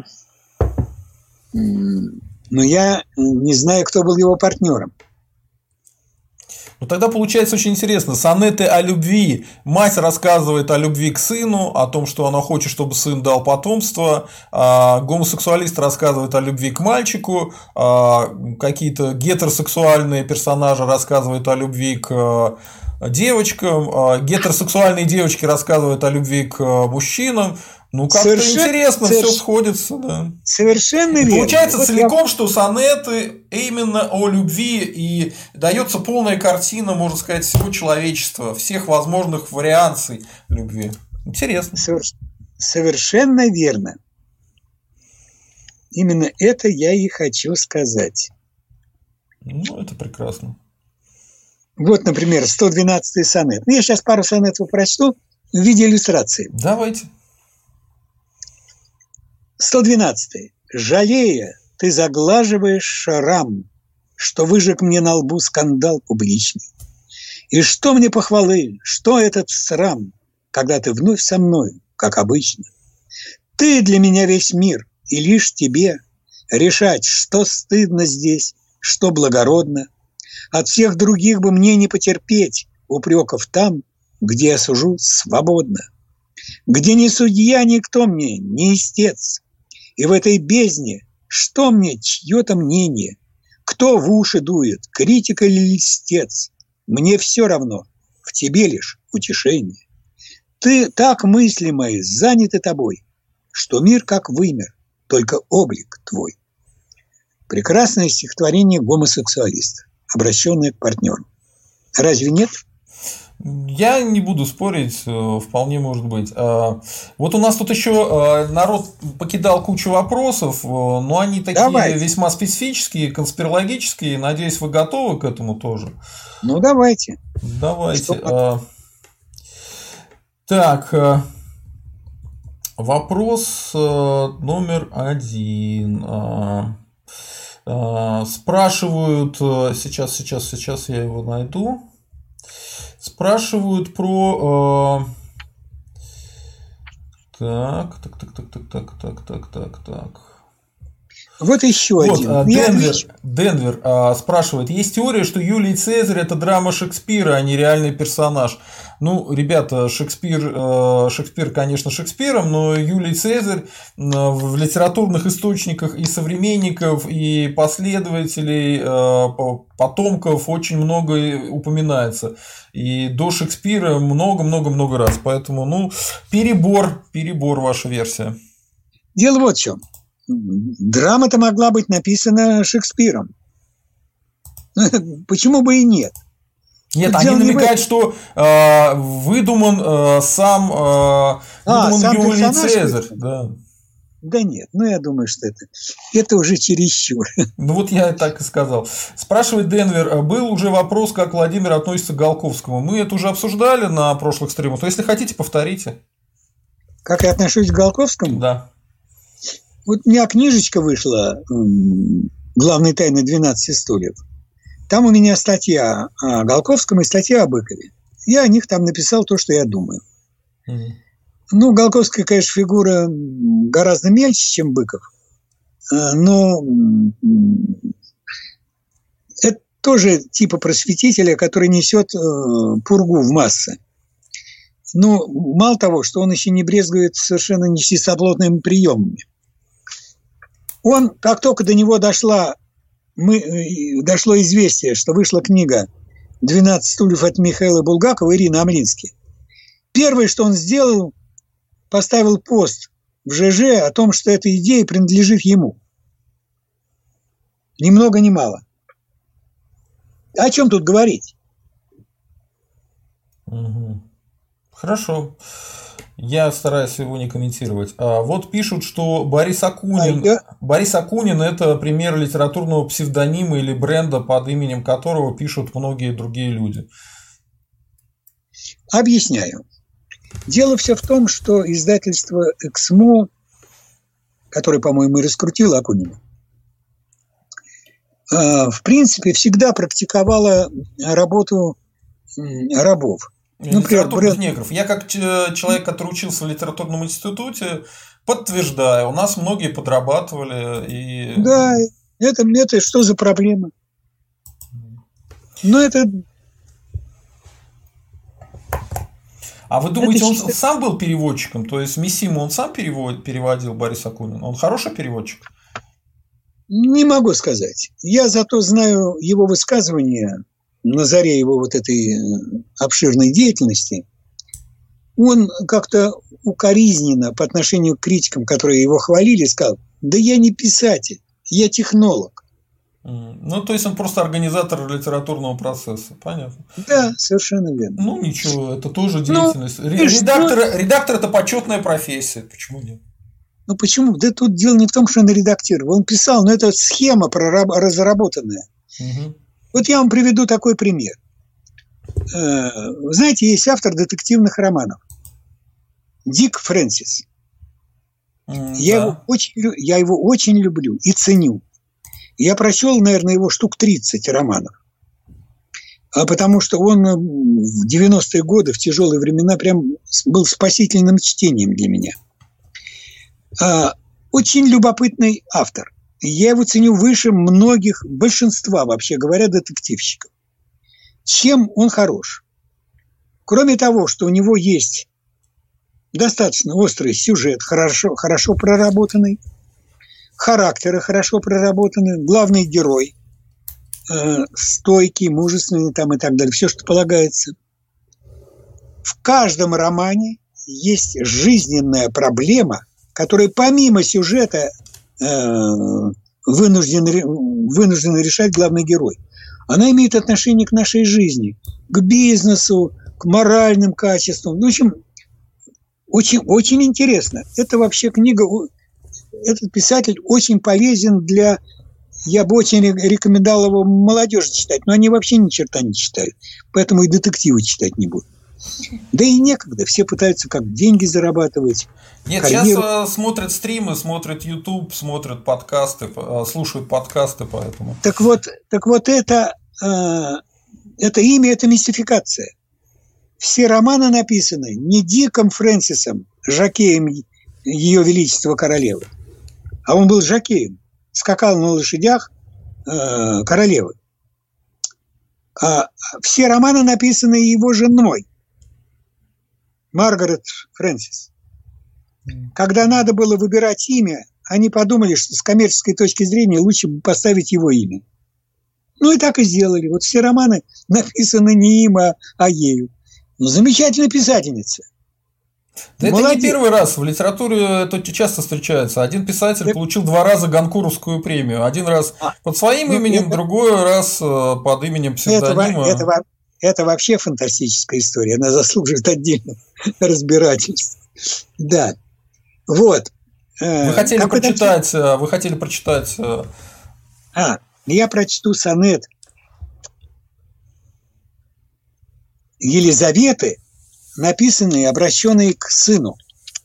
но я не знаю, кто был его партнером. Ну, тогда получается очень интересно. Сонеты о любви. Мать рассказывает о любви к сыну, о том, что она хочет, чтобы сын дал потомство. Гомосексуалист рассказывает о любви к мальчику. Какие-то гетеросексуальные персонажи рассказывают о любви к девочкам. Гетеросексуальные девочки рассказывают о любви к мужчинам. Ну, как-то интересно, все сходится, да. Совершенно верно. Получается вот целиком, что сонеты именно о любви, и дается полная картина, можно сказать, всего человечества, всех возможных вариаций любви. Интересно. Совершенно верно. Именно это я и хочу сказать. Ну, это прекрасно. Вот, например, 112-й сонет. Я сейчас пару сонетов прочту в виде иллюстрации. Давайте. 112. Жалея, ты заглаживаешь шрам, что выжег мне на лбу скандал публичный. И что мне похвалы, что этот срам, когда ты вновь со мной, как обычно. Ты для меня весь мир, и лишь тебе решать, что стыдно здесь, что благородно. От всех других бы мне не потерпеть упреков там, где я сужу свободно, где ни судья никто мне, ни истец. И в этой бездне что мне чье-то мнение? Кто в уши дует, критик или льстец? Мне все равно, в тебе лишь утешение. Ты так мысли мои заняты тобой, что мир как вымер, только облик твой. Прекрасное стихотворение гомосексуалиста, обращенное к партнеру. Разве нет? Я не буду спорить, вполне может быть. Вот у нас тут еще народ покидал кучу вопросов, но они такие весьма специфические, конспирологические. Надеюсь, вы готовы к этому тоже. Ну, давайте. Давайте. Так, вопрос номер 1. Спрашивают, сейчас я его найду. Спрашивают про... Так. Вот еще один. Денвер спрашивает: есть теория, что Юлий Цезарь — это драма Шекспира, а не реальный персонаж. Ну, ребята, Шекспир, конечно, Шекспиром, но Юлий Цезарь в литературных источниках и современников, и последователей, потомков очень много упоминается. И до Шекспира много-много-много раз. Поэтому, перебор ваша версия. Дело вот в чем. Драма-то могла быть написана Шекспиром. Почему бы и нет? Нет, они намекают, что выдуман сам Юлий Цезарь. Да нет, я думаю, что это уже чересчур. Ну вот я так и сказал. Спрашивает Денвер, был уже вопрос, как Владимир относится к Голковскому. Мы это уже обсуждали на прошлых стримах, то если хотите, повторите. Как я отношусь к Голковскому? Да. Вот у меня книжечка вышла «Главные тайны 12 стульев». Там у меня статья о Голковском и статья о Быкове. Я о них там написал то, что я думаю. Голковская, конечно, фигура гораздо мельче, чем Быков. Но это тоже типа просветителя, который несет пургу в массы. Мало того, что он еще не брезгует совершенно нечистоплотными приемами. Он, как только до него дошло известие, что вышла книга «12 стульев» от Михаила Булгакова и Ирины Амлински. Первое, что он сделал, поставил пост в ЖЖ о том, что эта идея принадлежит ему. Ни много ни мало. О чем тут говорить? Хорошо. Я стараюсь его не комментировать. Вот пишут, что Борис Акунин – это пример литературного псевдонима или бренда, под именем которого пишут многие другие люди. Объясняю. Дело все в том, что издательство «Эксмо», которое, по-моему, и раскрутило Акунина, в принципе, всегда практиковало работу рабов. Литературных негров. Я как человек, который учился в литературном институте, подтверждаю, у нас многие подрабатывали. Да, это что за проблема? А вы думаете, он сам был переводчиком? То есть Мисиму он сам переводил, Борис Акунин? Он хороший переводчик? Не могу сказать. Я зато знаю его высказывания на заре его вот этой обширной деятельности. Он как-то укоризненно по отношению к критикам, которые его хвалили, сказал: да я не писатель, я технолог. То есть он просто организатор литературного процесса, понятно. Да, совершенно верно. Ничего, это тоже деятельность. Редактор – это почетная профессия, почему нет? Почему? Да тут дело не в том, что он редактировал. Он писал, но это схема разработанная. Вот я вам приведу такой пример. Вы знаете, есть автор детективных романов Дик Фрэнсис. Я его очень люблю и ценю. Я прочел, наверное, его штук 30 романов. Потому что он в 90-е годы, в тяжелые времена, прям был спасительным чтением для меня. Очень любопытный автор. Я его ценю выше большинства, вообще говоря, детективщиков. Чем он хорош? Кроме того, что у него есть достаточно острый сюжет, хорошо проработанный, характеры хорошо проработаны, главный герой стойкий, мужественный там и так далее, все, что полагается. В каждом романе есть жизненная проблема, которая помимо сюжета вынужден решать главный герой. Она имеет отношение к нашей жизни, к бизнесу, к моральным качествам. В общем, очень, очень интересно. Это вообще книга, этот писатель очень полезен для... Я бы очень рекомендовал его молодежи читать, но они вообще ни черта не читают. Поэтому и детективы читать не будут. Да и некогда. Все пытаются как деньги зарабатывать. Нет, сейчас смотрят стримы, смотрят YouTube, смотрят подкасты, слушают подкасты, поэтому. Так вот это имя, это мистификация. Все романы написаны не Диком Фрэнсисом, жокеем Ее Величества Королевы, а он был жокеем, скакал на лошадях королевы. Все романы написаны его женой, Маргарет Фрэнсис. Когда надо было выбирать имя, они подумали, что с коммерческой точки зрения лучше бы поставить его имя. Ну и так и сделали. Вот все романы написаны не им, а ею. Ну, замечательная писательница. Да это не первый раз. В литературе это часто встречается. Один писатель получил 2 раза Ганкуровскую премию. Один раз под своим именем, другой раз под именем псевдонима. Это вообще фантастическая история. Она заслуживает отдельного разбирательства. Да. Вот. Вы хотели прочитать... Я прочту сонет Елизаветы, написанный и обращенный к сыну.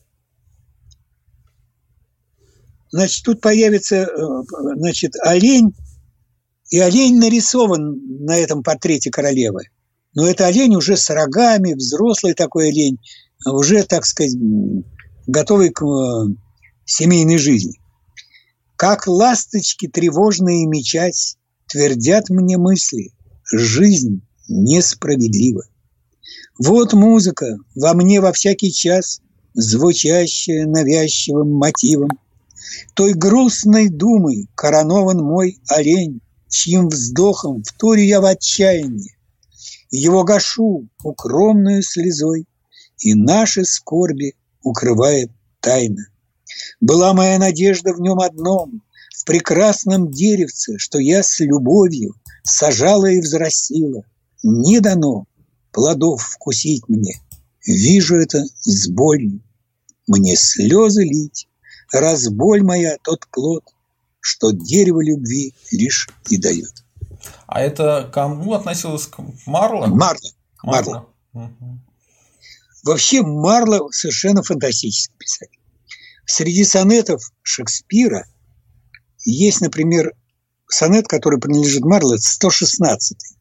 Значит, тут появится, олень, и олень нарисован на этом портрете королевы. Но это олень уже с рогами, взрослый такой олень, уже, так сказать, готовый к семейной жизни. Как ласточки тревожные мечась, твердят мне мысли, жизнь несправедлива. Вот музыка во мне во всякий час, звучащая навязчивым мотивом. Той грустной думой коронован мой олень, чьим вздохом вторю я в отчаянии. Его гашу укромную слезой, и наши скорби укрывает тайна. Была моя надежда в нем одном, в прекрасном деревце, что я с любовью сажала и взрастила. Не дано плодов вкусить мне, вижу это с болью. Мне слезы лить, раз боль моя тот плод, что дерево любви лишь и дает. А это кому относилось? К Марло? Марло. Угу. Вообще Марло совершенно фантастический писатель. Среди сонетов Шекспира есть, например, сонет, который принадлежит Марло, 116-й.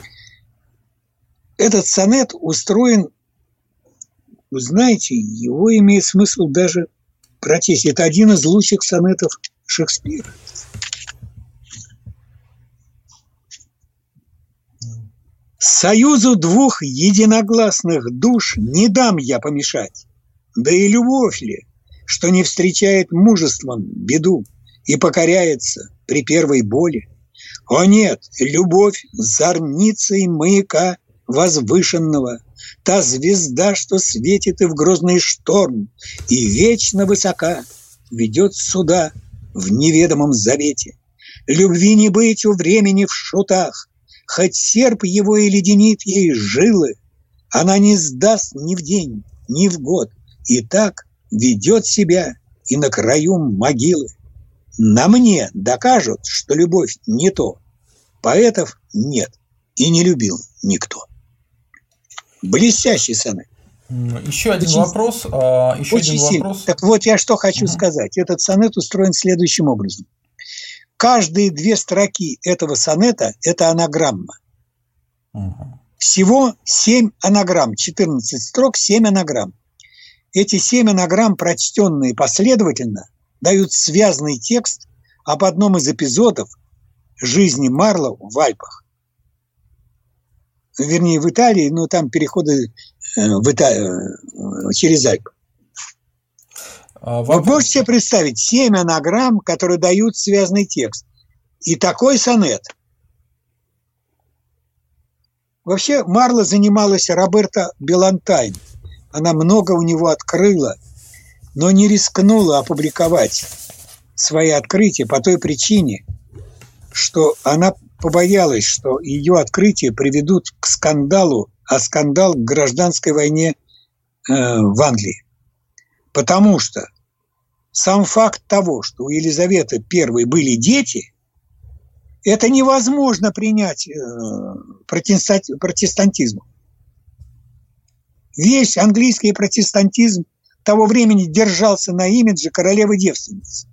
Этот сонет устроен, вы знаете, его имеет смысл даже прочесть. Это один из лучших сонетов Шекспира. Союзу двух единогласных душ не дам я помешать. Да и любовь ли, что не встречает мужеством беду и покоряется при первой боли? О нет, любовь зорницей маяка возвышенного, та звезда, что светит и в грозный шторм, и вечно высока ведет суда в неведомом завете. Любви не быть у времени в шутах, хоть серп его и леденит ей жилы, она не сдаст ни в день, ни в год, и так ведет себя и на краю могилы. На мне докажут, что любовь не то, поэтов нет, и не любил никто. Блестящий сонет. Еще один вопрос. Так вот, я что хочу сказать. Этот сонет устроен следующим образом. Каждые 2 строки этого сонета – это анаграмма. Всего 7 анаграмм, 14 строк, 7 анаграмм. Эти 7 анаграмм, прочтенные последовательно, дают связанный текст об одном из эпизодов жизни Марло в Альпах. Вернее, в Италии, но там переходы через Альпы. Вы можете себе представить 7 анаграмм, которые дают связанный текст. И такой сонет. Вообще, Марло занималась Роберта Беллантайн. Она много у него открыла, но не рискнула опубликовать свои открытия по той причине, что она побоялась, что ее открытия приведут к скандалу, а скандал к гражданской войне в Англии. Потому что сам факт того, что у Елизаветы I были дети, это невозможно принять протестантизмом. Весь английский протестантизм того времени держался на имидже королевы-девственницы.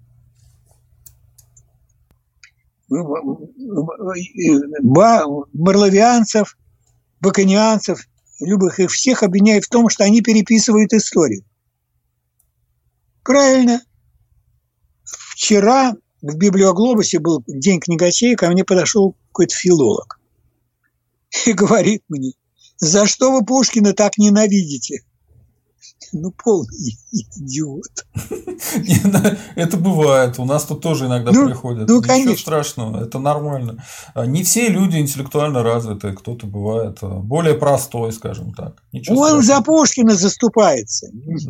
Марловианцев, баконианцев, любых их всех обвиняют в том, что они переписывают историю. Правильно. Вчера в Библиоглобусе был день книгачей, ко мне подошел какой-то филолог и говорит мне: за что вы Пушкина так ненавидите? полный идиот. Это бывает. У нас тут тоже иногда приходят. Ничего страшного, это нормально. Не все люди интеллектуально развитые, кто-то бывает более простой, скажем так. Он за Пушкина заступается.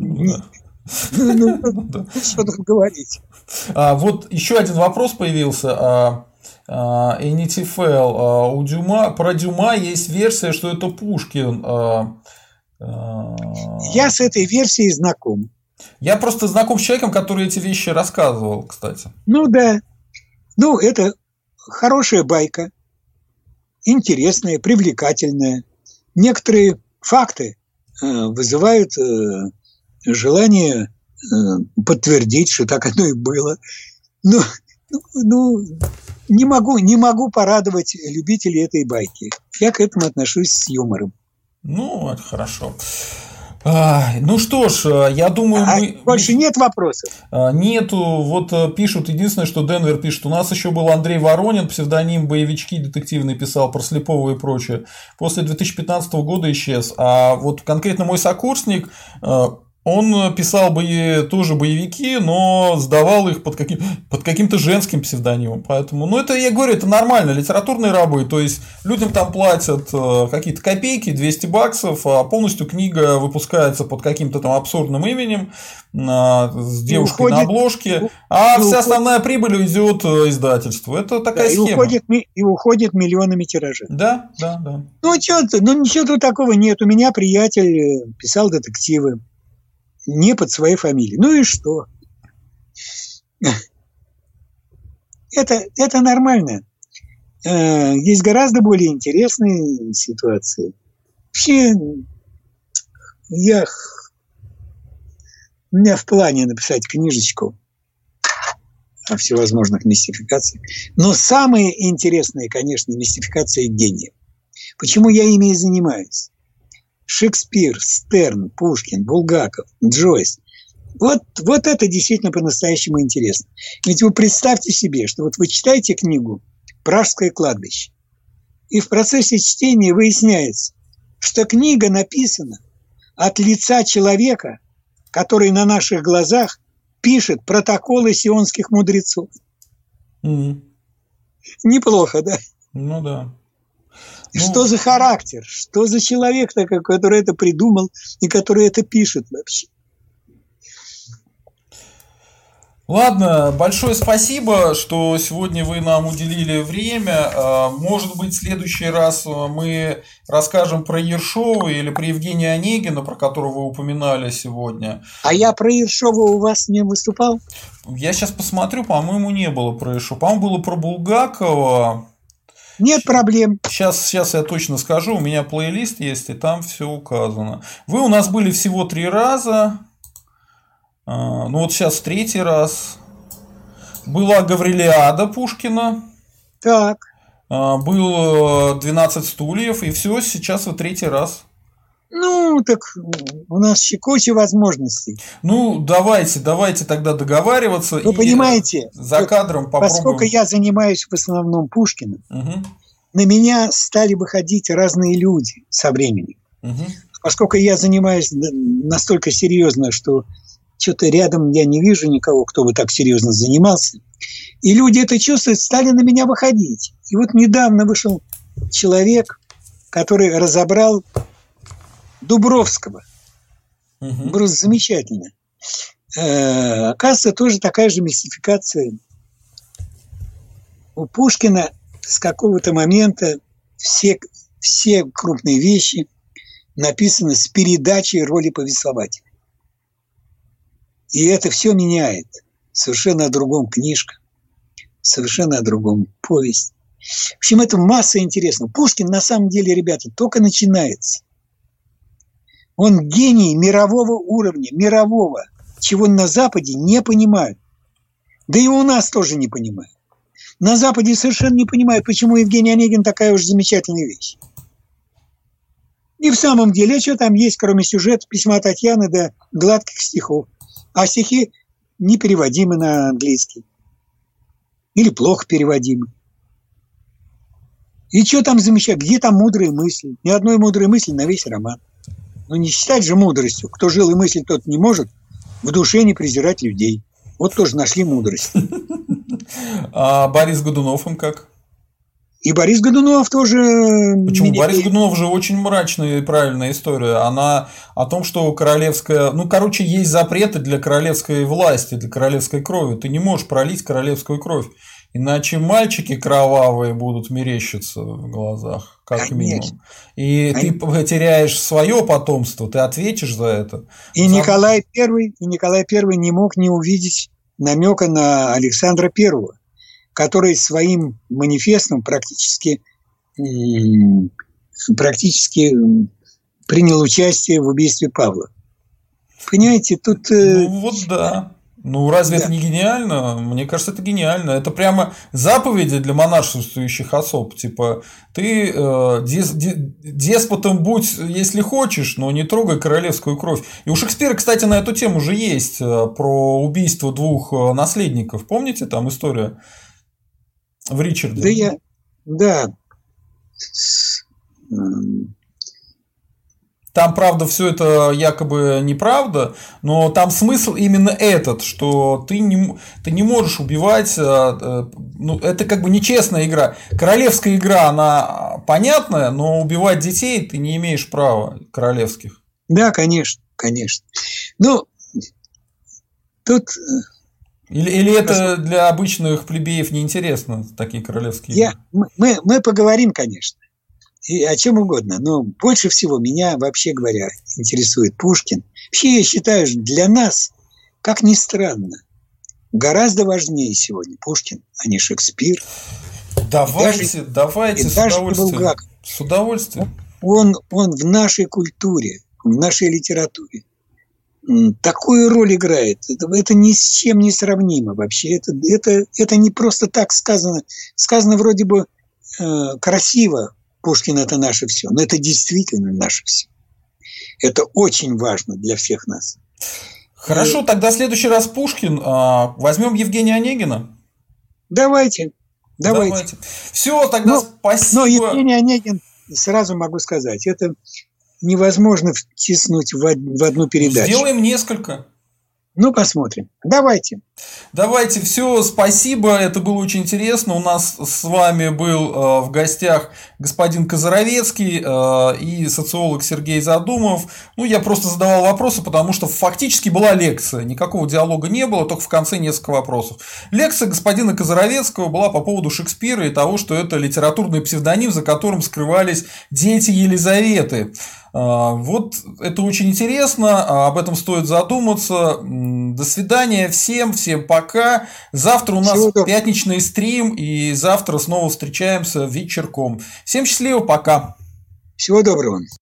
Что тут говорить? Вот еще один вопрос появился. NTFL. У Дюма, про Дюма есть версия, что это Пушкин. Я с этой версией знаком. Я просто знаком с человеком, который эти вещи рассказывал, кстати. Да. Это хорошая байка. Интересная, привлекательная. Некоторые факты вызывают желание подтвердить, что так оно и было. Не могу порадовать любителей этой байки. Я к этому отношусь с юмором. Это хорошо. Что ж, я думаю, больше нет вопросов? Нету. Вот пишут, единственное, что Денвер пишет, у нас еще был Андрей Воронин, псевдоним «Боевички» детективный, писал про Слепого и прочее. После 2015 года исчез. А вот конкретно мой сокурсник, он писал тоже боевики, но сдавал их под каким-то женским псевдонимом. Поэтому, это, я говорю, это нормально, литературные рабы. То есть, людям там платят какие-то копейки, $200, а полностью книга выпускается под каким-то там абсурдным именем, с девушкой на обложке, а вся основная прибыль идет издательству. Это такая схема. И уходит миллионами тиражей. Да. Ничего тут такого нет. У меня приятель писал детективы. Не под своей фамилией. И что? Это нормально. Есть гораздо более интересные ситуации. Вообще, у меня в плане написать книжечку о всевозможных мистификациях. Но самые интересные, конечно, мистификации гениев. Почему я ими и занимаюсь? Шекспир, Стерн, Пушкин, Булгаков, Джойс. Вот это действительно по-настоящему интересно. Ведь вы представьте себе, что вот вы читаете книгу «Пражское кладбище», и в процессе чтения выясняется, что книга написана от лица человека, который на наших глазах пишет протоколы сионских мудрецов. Неплохо, да? Да. Что за характер? Что за человек такой, который это придумал и который это пишет вообще? Ладно, большое спасибо, что сегодня вы нам уделили время. Может быть, в следующий раз мы расскажем про Ершова или про Евгения Онегина, про которого вы упоминали сегодня. А я про Ершова у вас не выступал? Я сейчас посмотрю, по-моему, не было про Ершова. По-моему, было про Булгакова. Нет проблем. Сейчас я точно скажу, у меня плейлист есть, и там все указано. Вы у нас были всего 3 раза. Сейчас 3-й раз. Была Гаврилиада Пушкина. Так. Был 12 стульев, и все, сейчас вы 3-й раз. Так у нас куча возможностей. Давайте тогда договариваться. Вы понимаете, за кадром попробуем. Поскольку я занимаюсь в основном Пушкиным, на меня стали выходить разные люди со временем. Поскольку я занимаюсь настолько серьезно, что что-то рядом я не вижу никого, кто бы так серьезно занимался. И люди это чувствуют, стали на меня выходить. И вот недавно вышел человек, который разобрал Дубровского. Просто замечательно. Оказывается, тоже такая же мистификация. У Пушкина с какого-то момента все крупные вещи написаны с передачей роли повествователя. И это все меняет. Совершенно о другом книжка, совершенно о другом повесть. В общем, это масса интересного. Пушкин, на самом деле, ребята, только начинается. Он гений мирового уровня, мирового, чего на Западе не понимают. Да и у нас тоже не понимают. На Западе совершенно не понимают, почему Евгений Онегин такая уж замечательная вещь. И в самом деле, что там есть, кроме сюжета письма Татьяны до гладких стихов? А стихи непереводимы на английский. Или плохо переводимы. И что там замечательно? Где там мудрые мысли? Ни одной мудрой мысли на весь роман. Но не считать же мудростью. Кто жил и мыслить, тот не может в душе не презирать людей. Вот тоже нашли мудрость. А Борис Годунов им как? И Борис Годунов тоже... Почему? Борис Годунов же очень мрачная и правильная история. Она о том, что королевская... Ну, короче, есть запреты для королевской власти, для королевской крови. Ты не можешь пролить королевскую кровь. Иначе мальчики кровавые будут мерещиться в глазах, как минимум. И ты потеряешь свое потомство, ты ответишь за это. И Николай I не мог не увидеть намека на Александра I, который своим манифестом практически принял участие в убийстве Павла. Понимаете, тут... Ну вот да. Ну, разве это не гениально? Мне кажется, это гениально. Это прямо заповеди для монаршествующих особ. Типа, ты деспотом будь, если хочешь, но не трогай королевскую кровь. И у Шекспира, кстати, на эту тему же есть про убийство 2 наследников. Помните там история в Ричарде? Да. Там, правда, все это якобы неправда, но там смысл именно этот, что ты не можешь убивать, ну, это как бы нечестная игра. Королевская игра, она понятная, но убивать детей ты не имеешь права королевских. Да, конечно. Ну, тут... Или это для обычных плебеев неинтересно, такие королевские игры? Мы поговорим, конечно. И о чем угодно. Но больше всего меня, вообще говоря, интересует Пушкин. Вообще, я считаю, для нас, как ни странно, гораздо важнее сегодня Пушкин, а не Шекспир. Давайте, с удовольствием. С удовольствием. Он в нашей культуре, в нашей литературе такую роль играет. Это ни с чем не сравнимо вообще. Это не просто так сказано. Сказано вроде бы красиво. Пушкин – это наше все. Но это действительно наше все. Это очень важно для всех нас. Хорошо, тогда в следующий раз Пушкин. Возьмем Евгения Онегина? Давайте. Все, тогда спасибо. Но Евгений Онегин, сразу могу сказать, это невозможно втиснуть в одну передачу. Сделаем несколько. Ну, посмотрим. Давайте, все, спасибо, это было очень интересно. У нас с вами был в гостях господин Казаровецкий и социолог Сергей Задумов. Ну, я просто задавал вопросы, потому что фактически была лекция. Никакого диалога не было, только в конце несколько вопросов. Лекция господина Казаровецкого была по поводу Шекспира и того, что это литературный псевдоним, за которым скрывались дети Елизаветы. Вот это очень интересно, об этом стоит задуматься. До свидания всем пока. Завтра у нас пятничный стрим, и завтра снова встречаемся вечерком. Всем счастливо, пока. Всего доброго.